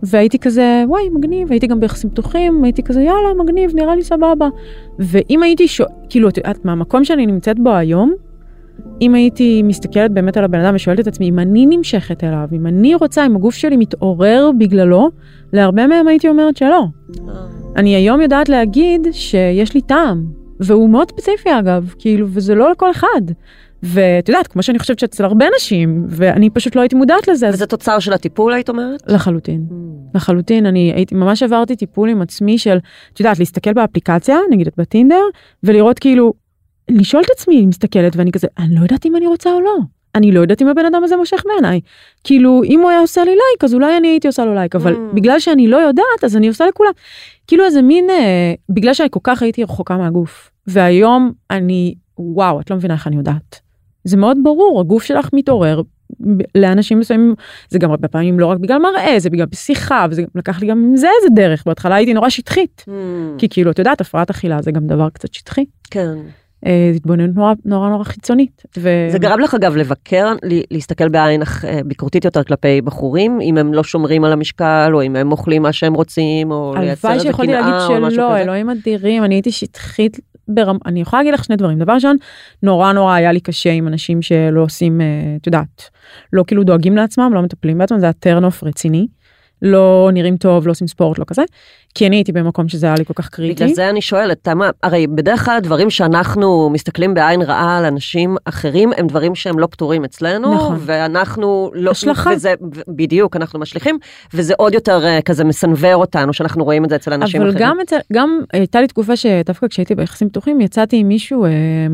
והייתי כזה, וואי, מגניב, הייתי גם ביחסים פתוחים, הייתי כזה, יאללה, מגניב, נראה לי סבבה. ואם הייתי, שואל, כאילו, את מהמקום שאני נמצאת בו היום, אם הייתי מסתכלת באמת על הבן אדם ושואלת את עצמי, אם אני נמשכת אליו, אם אני רוצה, אם הגוף שלי מתעורר בגללו, להרבה מהם הייתי אומרת שלא. אני היום יודעת להגיד שיש לי טעם, והוא מאוד ספציפי אגב, כאילו, וזה לא לכל אחד. ואת יודעת, כמו שאני חושבת שאצל הרבה אנשים, ואני פשוט לא הייתי מודעת לזה. וזה תוצר של הטיפול, היית אומרת? לחלוטין. לחלוטין, אני הייתי, ממש עברתי טיפול עם עצמי של, את יודעת, להסתכל באפליקציה, נגיד את בטינדר, ולראות כאילו, לשאול את עצמי, אני מסתכלת, ואני כזה, אני לא יודעת אם אני רוצה או לא. אני לא יודעת אם הבן אדם הזה מושך בעיניי. כאילו, אם הוא היה עושה לי לייק, אז אולי אני הייתי עושה לו לייק, אבל mm. בגלל שאני לא יודעת, אז אני עושה לכולם. כאילו, איזה מין, אה, בגלל שאני כל כך הייתי רחוקה מהגוף. והיום אני, וואו, את לא מבינה איך אני יודעת. זה מאוד ברור, הגוף שלך מתעורר לאנשים מסוימים, זה גם הרבה פעמים לא רק בגלל מראה, זה בגלל שיחה, וזה לקח לי גם עם זה איזה דרך. בהתחלה הייתי נורא שטחית. Mm. כי כאילו, את יודעת, הפרעת אכילה זה גם דבר קצת שטחי. כן. התבוננות נורא נורא נורא חיצונית. זה גרם לך אגב לבקר, להסתכל בעין ביקורתית יותר כלפי בחורים, אם הם לא שומרים על המשקל, או אם הם אוכלים מה שהם רוצים, או לייצר איזה קנאה, או משהו כזה. שלא, אלוהים אדירים, אני הייתי שטחית, אני יכולה להגיד לך שני דברים. דבר ראשון, נורא נורא היה לי קשה עם אנשים שלא עושים, את יודעת, לא כאילו דואגים לעצמם, לא מטפלים בעצמם, זה היה טרנוף רציני. לא נראים טוב, לא עושים ספורט, לא כזה, כי אני הייתי במקום שזה היה לי כל כך קריטי. בגלל זה אני שואלת, תמה, הרי בדרך כלל הדברים שאנחנו מסתכלים בעין רעה על אנשים אחרים, הם דברים שהם לא פתורים אצלנו, נכון. ואנחנו לא... השלכה. וזה, בדיוק, אנחנו משליכים, וזה עוד יותר כזה מסנבר אותנו, שאנחנו רואים את זה אצל אנשים אבל אחרים. אבל גם, גם הייתה לי תקופה שדווקא כשהייתי ביחסים פתוחים, יצאתי עם מישהו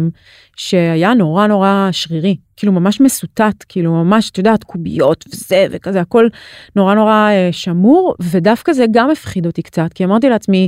שהיה נורא נורא שרירי, כאילו ממש מסוטט, כאילו ממש, את יודעת, קוביות וזה וכזה, הכל נורא נורא שמור, ודווקא זה גם הפחיד אותי קצת, כי אמרתי לעצמי,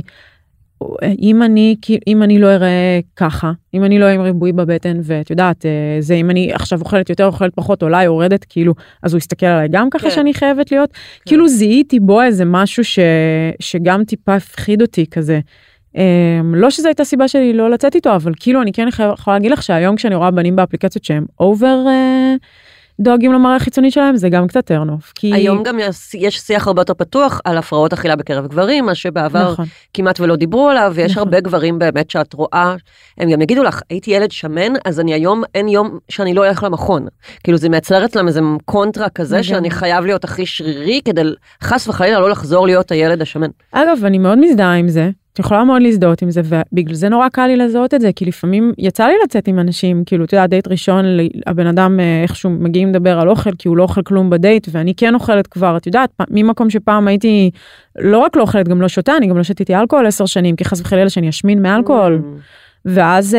אם אני, אם אני לא אראה ככה, אם אני לא אראה עם ריבוי בבטן, ואת יודעת, זה אם אני עכשיו אוכלת יותר, אוכלת פחות, אולי יורדת, כאילו, אז הוא יסתכל עליי גם ככה כן. שאני חייבת להיות, כן. כאילו זיהיתי בו איזה משהו ש, שגם טיפה הפחיד אותי כזה, לא שזו הייתה סיבה שלי לא לצאת איתו, אבל כאילו אני כן יכולה להגיד לך שהיום כשאני רואה בנים באפליקציות שהם אובר דואגים למראה החיצוני שלהם, זה גם קצת טרנוף. היום גם יש שיח הרבה יותר פתוח על הפרעות אכילה בקרב גברים, מה שבעבר כמעט ולא דיברו עליו, ויש הרבה גברים באמת שאת רואה, הם גם יגידו לך, הייתי ילד שמן, אז אני היום, אין יום שאני לא אלך למכון. כאילו זה מייצר אצלם איזה קונטרה כזה, שאני חייב להיות הכי שרירי, כדי חס וחלילה לא לחזור להיות הילד השמן. אגב, אני מאוד מזדהה עם זה. את יכולה מאוד להזדהות עם זה, ובגלל זה נורא קל לי לזהות את זה, כי לפעמים יצא לי לצאת עם אנשים, כאילו, אתה יודע, דייט ראשון, הבן אדם איכשהו מגיעים לדבר על אוכל, כי הוא לא אוכל כלום בדייט, ואני כן אוכלת כבר, את יודעת, ממקום שפעם הייתי, לא רק לא אוכלת, גם לא שותה, אני גם לא שתיתי אלכוהול עשר שנים, כי חס וחלילה שאני אשמין מאלכוהול, ואז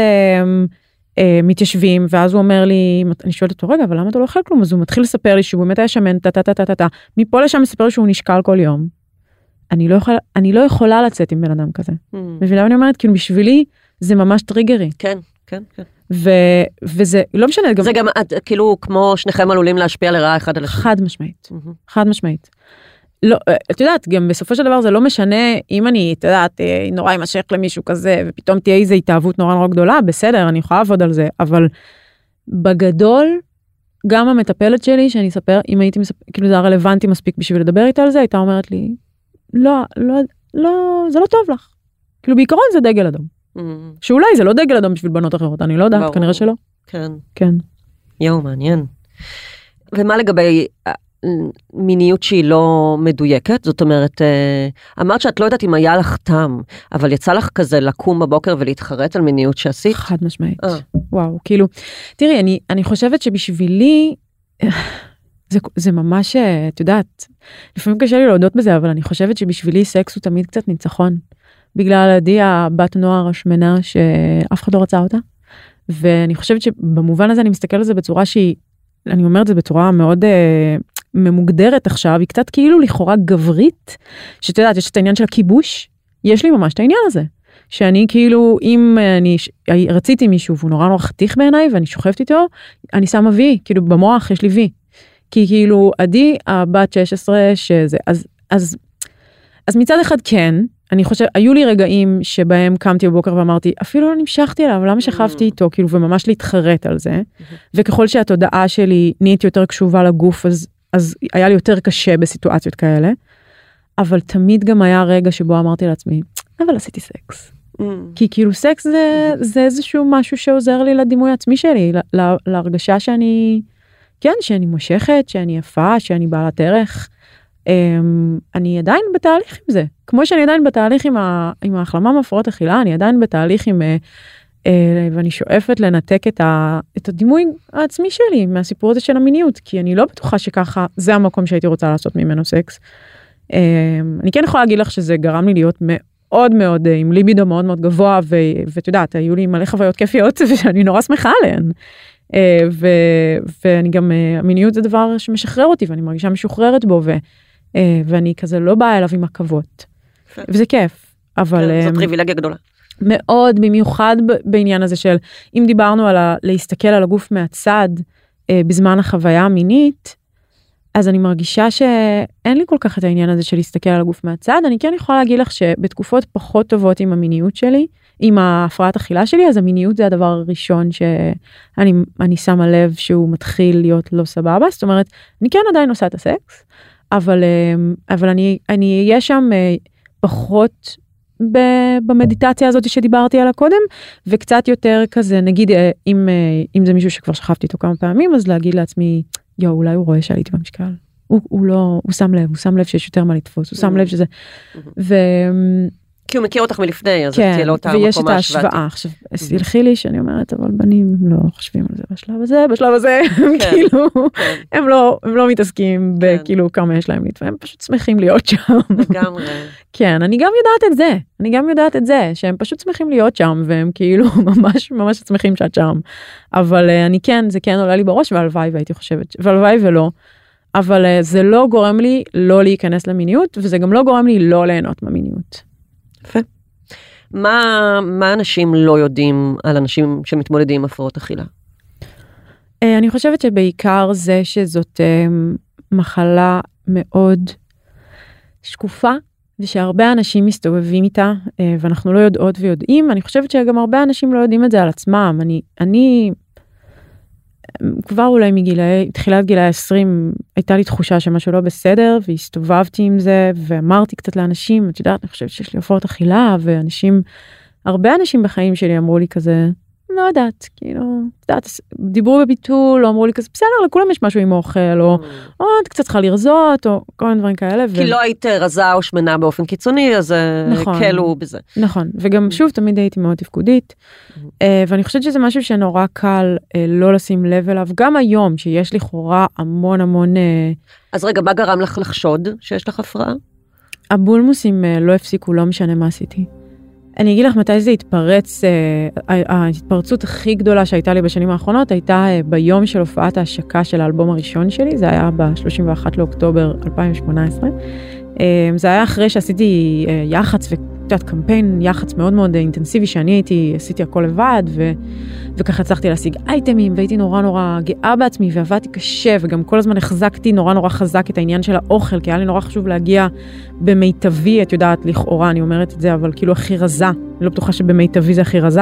מתיישבים, ואז הוא אומר לי, אני שואלת אותו, רגע, אבל למה אתה לא אוכל כלום? אז הוא מתחיל לספר לי שהוא באמת היה שמן, טה-טה-טה-טה-טה. מפה לשם מספר לי שהוא נשקל כל יום. אני לא יכולה, אני לא יכולה לצאת עם בן אדם כזה. מבינה, אני אומרת, כאילו, בשבילי, זה ממש טריגרי. כן, כן, כן. וזה, לא משנה. זה גם, כאילו, כמו שניכם עלולים להשפיע לרעה אחד על השני. חד משמעית. חד משמעית. לא, את יודעת, גם בסופו של דבר זה לא משנה, אם אני, את יודעת, נורא יימשך למישהו כזה, ופתאום תהיה איזו התאהבות נורא נורא גדולה, בסדר, אני יכולה לעבוד על זה, אבל בגדול, גם המטפלת שלי, שאני אספר, אם הייתי מספר, כאילו זה הרלוונטי מספיק בשביל לדבר איתה על זה, הייתה אומרת לי, לא, לא, לא, זה לא טוב לך. כאילו בעיקרון זה דגל אדום. שאולי זה לא דגל אדום בשביל בנות אחרות, אני לא יודעת, כנראה שלא. כן. כן. יו, מעניין. ומה לגבי מיניות שהיא לא מדויקת? זאת אומרת, אמרת שאת לא יודעת אם היה לך טעם, אבל יצא לך כזה לקום בבוקר ולהתחרט על מיניות שעשית? חד משמעית. וואו, כאילו, תראי, אני, אני חושבת שבשבילי, זה, זה ממש, את יודעת, לפעמים קשה לי להודות בזה, אבל אני חושבת שבשבילי סקס הוא תמיד קצת ניצחון. בגלל עדי הבת נוער השמנה שאף אחד לא רצה אותה. ואני חושבת שבמובן הזה אני מסתכל על זה בצורה שהיא, אני אומרת זה בצורה מאוד אה, ממוגדרת עכשיו, היא קצת כאילו לכאורה גברית, שאת יודעת, יש את העניין של הכיבוש, יש לי ממש את העניין הזה. שאני כאילו, אם אני רציתי מישהו והוא נורא נורא חתיך בעיניי, ואני שוכבת איתו, אני שמה וי, כאילו במוח יש לי וי. כי כאילו, עדי, הבת שש עשרה, שזה, אז, אז, אז מצד אחד כן, אני חושב, היו לי רגעים שבהם קמתי בבוקר ואמרתי, אפילו לא נמשכתי אליו, למה שכבתי איתו, כאילו, וממש להתחרט על זה, וככל שהתודעה שלי נהיית יותר קשובה לגוף, אז, אז היה לי יותר קשה בסיטואציות כאלה, אבל תמיד גם היה רגע שבו אמרתי לעצמי, אבל עשיתי סקס. Mm. כי כאילו סקס זה, זה איזשהו משהו שעוזר לי לדימוי העצמי שלי, לה, להרגשה שאני, כן, שאני מושכת, שאני יפה, שאני בעלת ערך. אני עדיין בתהליך עם זה. כמו שאני עדיין בתהליך עם, ה, עם ההחלמה מהפרעות אכילה, אני עדיין בתהליך עם, ואני שואפת לנתק את, ה, את הדימוי העצמי שלי מהסיפור הזה של המיניות, כי אני לא בטוחה שככה זה המקום שהייתי רוצה לעשות ממנו סקס. אני כן יכולה להגיד לך שזה גרם לי להיות מאוד מאוד, עם ליבידו מאוד מאוד גבוה, ואת יודעת, היו לי מלא חוויות כיפיות, ואני נורא שמחה עליהן. ואני גם, המיניות זה דבר שמשחרר אותי, ואני מרגישה משוחררת בו, ואני כזה לא באה אליו עם עכבות. וזה כיף, אבל... זאת פריבילגיה גדולה. מאוד, במיוחד בעניין הזה של, אם דיברנו על להסתכל על הגוף מהצד, בזמן החוויה המינית, אז אני מרגישה שאין לי כל כך את העניין הזה של להסתכל על הגוף מהצד, אני כן יכולה להגיד לך שבתקופות פחות טובות עם המיניות שלי, עם ההפרעת אכילה שלי, אז המיניות זה הדבר הראשון שאני אני שמה לב שהוא מתחיל להיות לא סבבה, זאת אומרת, אני כן עדיין עושה את הסקס, אבל, אבל אני, אני אהיה שם פחות במדיטציה הזאת שדיברתי עליה קודם, וקצת יותר כזה, נגיד, אם, אם זה מישהו שכבר שכבתי איתו כמה פעמים, אז להגיד לעצמי, יו, אולי הוא רואה שעליתי במשקל. הוא, הוא לא, הוא שם לב, הוא שם לב שיש יותר מה לתפוס, הוא שם לב שזה, ו... כי הוא מכיר אותך מלפני, אז תהיה לו אותה מקום ההשוואתי. ויש את ההשוואה. עכשיו, סלחי לי שאני אומרת, אבל בנים לא חושבים על זה בשלב הזה, בשלב הזה, כאילו, הם לא מתעסקים בכאילו כמה יש להם להתפעם, הם פשוט שמחים להיות שם. לגמרי. כן, אני גם יודעת את זה, אני גם יודעת את זה, שהם פשוט שמחים להיות שם, והם כאילו ממש ממש שמחים שאת שם. אבל אני כן, זה כן עולה לי בראש, והלוואי והייתי חושבת, והלוואי ולא. אבל זה לא גורם לי לא להיכנס למיניות, וזה גם לא גורם לי לא ליהנות מהמיניות. יפה. מה, מה אנשים לא יודעים על אנשים שמתמודדים עם הפרעות אכילה? אני חושבת שבעיקר זה שזאת מחלה מאוד שקופה, ושהרבה אנשים מסתובבים איתה, ואנחנו לא יודעות ויודעים. אני חושבת שגם הרבה אנשים לא יודעים את זה על עצמם. אני, אני כבר אולי מגילאי, תחילת גילאי עשרים, הייתה לי תחושה שמשהו לא בסדר, והסתובבתי עם זה, ואמרתי קצת לאנשים, את יודעת, אני חושבת שיש לי הפרעות אכילה, ואנשים, הרבה אנשים בחיים שלי אמרו לי כזה, לא יודעת, כאילו, את יודעת, דיברו בביטול, או אמרו לי כזה, בסדר, לכולם יש משהו עם אוכל, או, או, את קצת צריכה לרזות, או כל מיני דברים כאלה. כי לא היית רזה או שמנה באופן קיצוני, אז קלו בזה. נכון, וגם שוב, תמיד הייתי מאוד תפקודית, ואני חושבת שזה משהו שנורא קל לא לשים לב אליו, גם היום, שיש לכאורה המון המון... אז רגע, מה גרם לך לחשוד שיש לך הפרעה? הבולמוסים לא הפסיקו, לא משנה מה עשיתי. אני אגיד לך מתי זה התפרץ, ההתפרצות הכי גדולה שהייתה לי בשנים האחרונות, הייתה ביום של הופעת ההשקה של האלבום הראשון שלי, זה היה ב-שלושים ואחד לאוקטובר אלפיים שמונה עשרה. זה היה אחרי שעשיתי יח"צ וקצת קמפיין, יח"צ מאוד מאוד אינטנסיבי, שאני הייתי, עשיתי הכל לבד, ו... וככה הצלחתי להשיג אייטמים, והייתי נורא נורא גאה בעצמי, ועבדתי קשה, וגם כל הזמן החזקתי נורא נורא חזק את העניין של האוכל, כי היה לי נורא חשוב להגיע במיטבי, את יודעת, לכאורה, אני אומרת את זה, אבל כאילו הכי רזה, אני לא בטוחה שבמיטבי זה הכי רזה,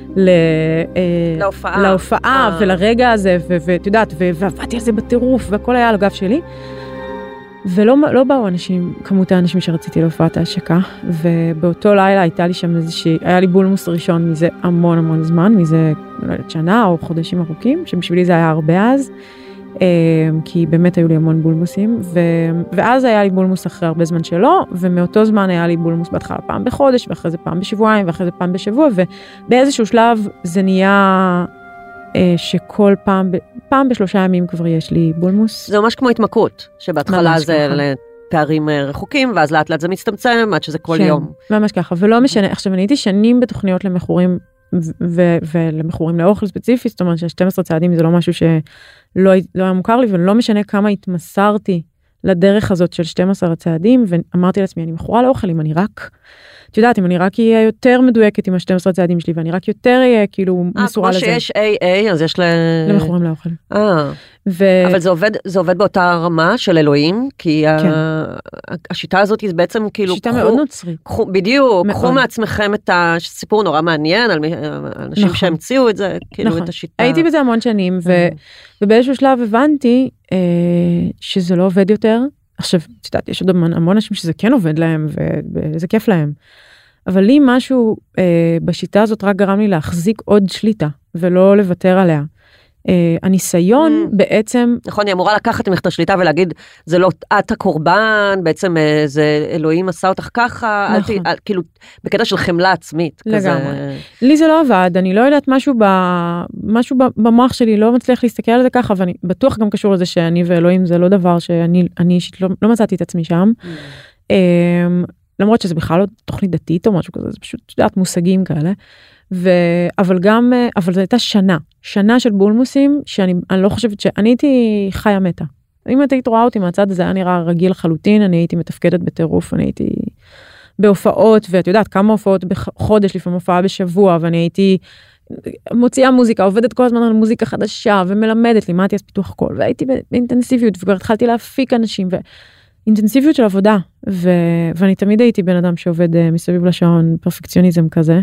להופעה, להופעה ולרגע הזה, ואת יודעת, ועבדתי על זה בטירוף, והכל היה על הגב שלי, ולא לא באו אנשים, כמות האנשים שרציתי להופעת ההשקה, ובאותו לילה הייתה לי שם איזושהי, היה לי בולמוס ראשון מזה המון המון זמן, מזה לא יודעת, שנה או חודשים ארוכים, שבשבילי זה היה הרבה אז, כי באמת היו לי המון בולמוסים, ו, ואז היה לי בולמוס אחרי הרבה זמן שלא, ומאותו זמן היה לי בולמוס בהתחלה פעם בחודש, ואחרי זה פעם בשבועיים, ואחרי זה פעם בשבוע, ובאיזשהו שלב זה נהיה... שכל פעם, פעם בשלושה ימים כבר יש לי בולמוס. זה ממש כמו התמכרות, שבהתחלה זה לפערים רחוקים, ואז לאט לאט זה מצטמצם, עד שזה כל יום. ממש ככה, ולא משנה, עכשיו אני הייתי שנים בתוכניות למכורים, ולמכורים לאוכל ספציפי, זאת אומרת ש-שנים עשר צעדים זה לא משהו שלא היה מוכר לי, ולא משנה כמה התמסרתי לדרך הזאת של שנים עשר צעדים, ואמרתי לעצמי, אני מכורה לאוכל, אם אני רק... את יודעת, אם אני רק אהיה יותר מדויקת עם ה-שנים עשר צעדים שלי, ואני רק יותר אהיה כאילו מסורה לזה. כמו שיש איי איי, אז יש ל... למכורים לאוכל. אה. אבל זה עובד, זה עובד באותה רמה של אלוהים, כי השיטה הזאת היא בעצם כאילו... שיטה מאוד נוצרית. בדיוק, קחו מעצמכם את הסיפור נורא מעניין, על אנשים שהמציאו את זה, כאילו את השיטה. הייתי בזה המון שנים, ובאיזשהו שלב הבנתי שזה לא עובד יותר, עכשיו, את יודעת, יש עוד המון אנשים שזה כן עובד להם, וזה כיף להם. אבל לי משהו אה, בשיטה הזאת רק גרם לי להחזיק עוד שליטה, ולא לוותר עליה. Uh, הניסיון mm. בעצם... נכון, היא אמורה לקחת ממך את השליטה ולהגיד, זה לא את הקורבן, בעצם זה אלוהים עשה אותך ככה, נכון. אל ת, אל, כאילו, בקטע של חמלה עצמית. לגמרי. כזה... לי זה לא עבד, אני לא יודעת משהו, ב, משהו במוח שלי, לא מצליח להסתכל על זה ככה, ואני בטוח גם קשור לזה שאני ואלוהים זה לא דבר שאני אני אישית לא, לא מצאתי את עצמי שם. Mm. Um, למרות שזה בכלל לא תוכנית דתית או משהו כזה, זה פשוט, יודעת, מושגים כאלה. ו... אבל גם, אבל זו הייתה שנה, שנה של בולמוסים, שאני אני לא חושבת שאני הייתי חיה מתה. אם את היית רואה אותי מהצד הזה, היה נראה רגיל לחלוטין, אני הייתי מתפקדת בטירוף, אני הייתי בהופעות, ואת יודעת, כמה הופעות בחודש, לפעמים הופעה בשבוע, ואני הייתי מוציאה מוזיקה, עובדת כל הזמן על מוזיקה חדשה, ומלמדת, לימדתי אז פיתוח קול, והייתי באינטנסיביות, וכבר התחלתי להפיק אנשים, ואינטנסיביות של עבודה, ו... ואני תמיד הייתי בן אדם שעובד מסביב לשעון, פרפקציוניזם כזה,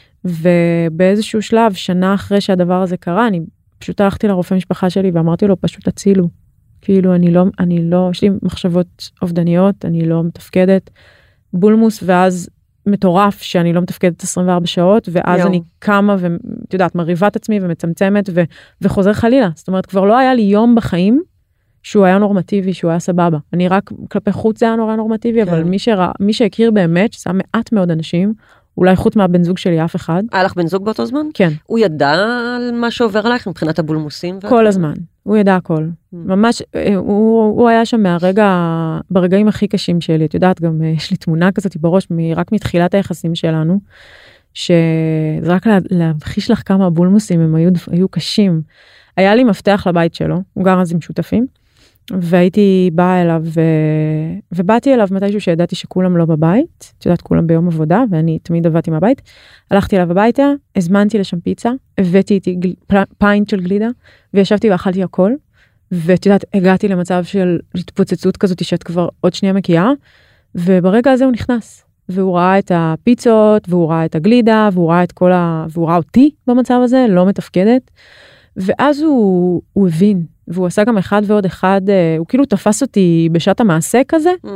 ובאיזשהו שלב, שנה אחרי שהדבר הזה קרה, אני פשוט הלכתי לרופא משפחה שלי ואמרתי לו, פשוט תצילו. כאילו, אני לא, אני לא, יש לי מחשבות אובדניות, אני לא מתפקדת, בולמוס, ואז מטורף שאני לא מתפקדת עשרים וארבע שעות, ואז יום. אני קמה ואת יודעת, מריבה את עצמי ומצמצמת ו, וחוזר חלילה. זאת אומרת, כבר לא היה לי יום בחיים שהוא היה נורמטיבי, שהוא היה סבבה. אני רק כלפי חוץ זה היה נורא נורמטיבי, כן. אבל מי, שרא, מי שהכיר באמת, שזה היה מעט מאוד אנשים, אולי חוץ מהבן זוג שלי אף אחד. היה לך בן זוג באותו זמן? כן. הוא ידע על מה שעובר עליך מבחינת הבולמוסים? כל הזמן. הוא ידע הכל. ממש, הוא, הוא היה שם מהרגע, ברגעים הכי קשים שלי. את יודעת, גם יש לי תמונה כזאת בראש, רק מתחילת היחסים שלנו, שזה רק להמחיש לך כמה הבולמוסים הם היו, היו קשים. היה לי מפתח לבית שלו, הוא גר אז עם שותפים, והייתי באה אליו, ו... ובאתי אליו מתישהו שידעתי שכולם לא בבית, את יודעת, כולם ביום עבודה, ואני תמיד עבדתי מהבית, הלכתי אליו הביתה, הזמנתי לשם פיצה, הבאתי איתי גל... פיינט של גלידה, וישבתי ואכלתי הכל, ואת יודעת, הגעתי למצב של התפוצצות כזאת, שאת כבר עוד שנייה מקיאה, וברגע הזה הוא נכנס, והוא ראה את הפיצות, והוא ראה את הגלידה, והוא ראה את כל ה... והוא ראה אותי במצב הזה, לא מתפקדת, ואז הוא, הוא הבין, והוא עשה גם אחד ועוד אחד, הוא כאילו תפס אותי בשעת המעשה כזה, mm.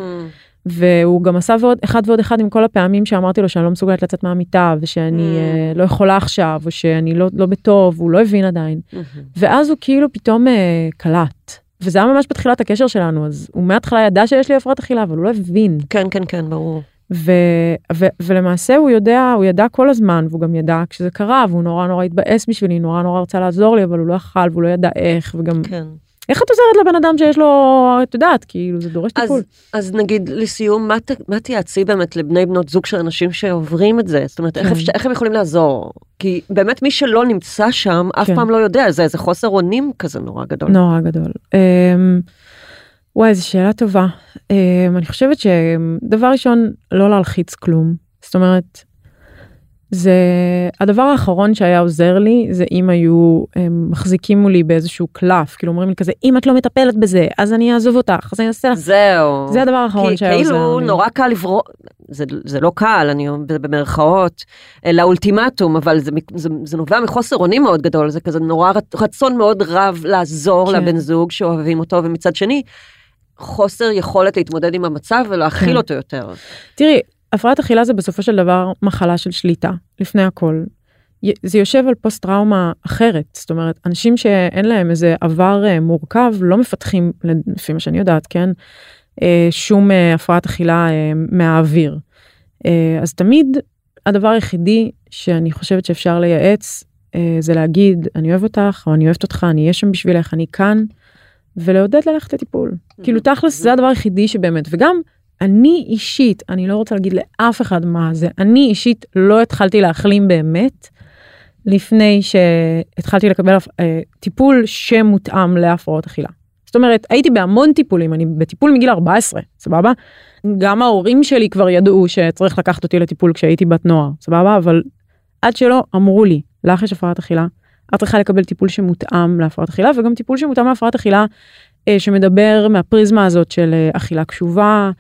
והוא גם עשה ועוד, אחד ועוד אחד עם כל הפעמים שאמרתי לו שאני לא מסוגלת לצאת מהמיטה, ושאני mm. לא יכולה עכשיו, או שאני לא, לא בטוב, הוא לא הבין עדיין. Mm-hmm. ואז הוא כאילו פתאום uh, קלט. וזה היה ממש בתחילת הקשר שלנו, אז הוא מההתחלה ידע שיש לי הפרעת אכילה, אבל הוא לא הבין. כן, כן, כן, ברור. ו- ו- ולמעשה הוא יודע, הוא ידע כל הזמן, והוא גם ידע כשזה קרה, והוא נורא נורא התבאס בשבילי, נורא נורא רצה לעזור לי, אבל הוא לא אכל, והוא לא ידע איך, וגם... כן. איך את עוזרת לבן אדם שיש לו, את יודעת, כאילו, זה דורש טיפול. אז, אז נגיד, לסיום, מה, מה תייעצי באמת לבני בנות זוג של אנשים שעוברים את זה? זאת אומרת, כן. איך, איך הם יכולים לעזור? כי באמת מי שלא נמצא שם, אף כן. פעם לא יודע, זה איזה חוסר אונים כזה נורא גדול. נורא גדול. Um, וואי, זו שאלה טובה. Um, אני חושבת שדבר ראשון, לא להלחיץ כלום. זאת אומרת, זה הדבר האחרון שהיה עוזר לי, זה אם היו הם, מחזיקים מולי באיזשהו קלף, כאילו אומרים לי כזה, אם את לא מטפלת בזה, אז אני אעזוב אותך, אז אני אעשה לך. זהו. זה הדבר האחרון שהיה עוזר לי. כאילו נורא קל לברוא, זה, זה לא קל, אני במרכאות, לאולטימטום, אבל זה, זה, זה נובע מחוסר אונים מאוד גדול, זה כזה נורא רצון מאוד רב לעזור כן. לבן זוג שאוהבים אותו, ומצד שני, חוסר יכולת להתמודד עם המצב ולהכיל כן. אותו יותר. תראי, הפרעת אכילה זה בסופו של דבר מחלה של שליטה, לפני הכל. זה יושב על פוסט טראומה אחרת, זאת אומרת, אנשים שאין להם איזה עבר מורכב, לא מפתחים, לפי מה שאני יודעת, כן, שום הפרעת אכילה מהאוויר. אז תמיד הדבר היחידי שאני חושבת שאפשר לייעץ, זה להגיד, אני אוהב אותך, או אני אוהבת אותך, אני אהיה שם בשבילך, אני כאן, ולעודד ללכת לטיפול. כאילו תכלס זה הדבר היחידי שבאמת, וגם, אני אישית, אני לא רוצה להגיד לאף אחד מה זה, אני אישית לא התחלתי להחלים באמת, לפני שהתחלתי לקבל אה, טיפול שמותאם להפרעות אכילה. זאת אומרת, הייתי בהמון טיפולים, אני בטיפול מגיל ארבע עשרה, סבבה? גם ההורים שלי כבר ידעו שצריך לקחת אותי לטיפול כשהייתי בת נוער, סבבה? אבל עד שלא אמרו לי, לך יש הפרעת אכילה, את צריכה לקבל טיפול שמותאם להפרעת אכילה, וגם טיפול שמותאם להפרעת אכילה, אה, שמדבר מהפריזמה הזאת של אה, אכילה קשובה,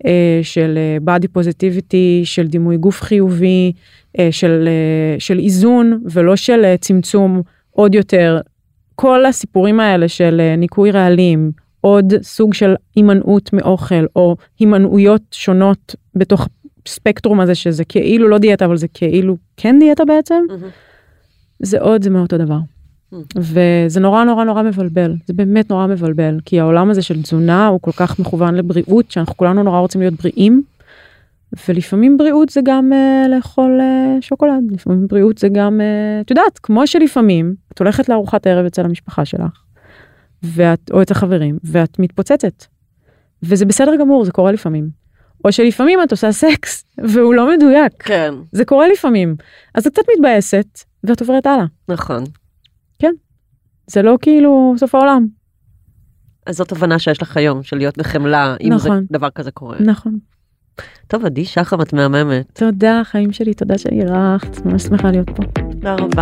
של body positivity, של דימוי גוף חיובי, של, של איזון, ולא של צמצום עוד יותר. כל הסיפורים האלה של ניקוי רעלים, עוד סוג של הימנעות מאוכל, או הימנעויות שונות בתוך ספקטרום הזה, שזה כאילו לא דיאטה, אבל זה כאילו כן דיאטה בעצם, mm-hmm. זה עוד, זה מאותו דבר. Mm-hmm. וזה נורא נורא נורא מבלבל, זה באמת נורא מבלבל, כי העולם הזה של תזונה הוא כל כך מכוון לבריאות, שאנחנו כולנו נורא רוצים להיות בריאים, ולפעמים בריאות זה גם uh, לאכול uh, שוקולד, לפעמים בריאות זה גם, uh, את יודעת, כמו שלפעמים, את הולכת לארוחת ערב אצל המשפחה שלך, ואת, או את החברים, ואת מתפוצצת. וזה בסדר גמור, זה קורה לפעמים. או שלפעמים את עושה סקס, והוא לא מדויק. כן. זה קורה לפעמים. אז את קצת מתבאסת, ואת עוברת הלאה. נכון. כן. זה לא כאילו סוף העולם. אז זאת הבנה שיש לך היום, של להיות בחמלה, אם נכון. זה דבר כזה קורה. נכון. טוב, עדי שחם, את מהממת. תודה, חיים שלי, תודה שאירחת. ממש שמחה להיות פה. תודה רבה.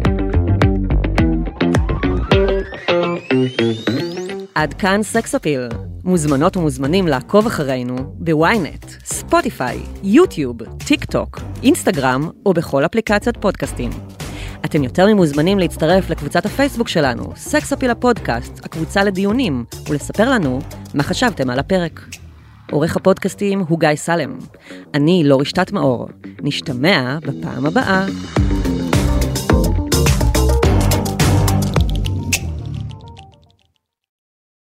עד כאן סקס אפיל. מוזמנות ומוזמנים לעקוב אחרינו בוויינט, ספוטיפיי, יוטיוב, טיק טוק, אינסטגרם או בכל אפליקציות פודקאסטים. אתם יותר ממוזמנים להצטרף לקבוצת הפייסבוק שלנו, סקס אפיל הפודקאסט, הקבוצה לדיונים, ולספר לנו מה חשבתם על הפרק. עורך הפודקאסטים הוא גיא סלם. אני לא רשתת מאור. נשתמע בפעם הבאה.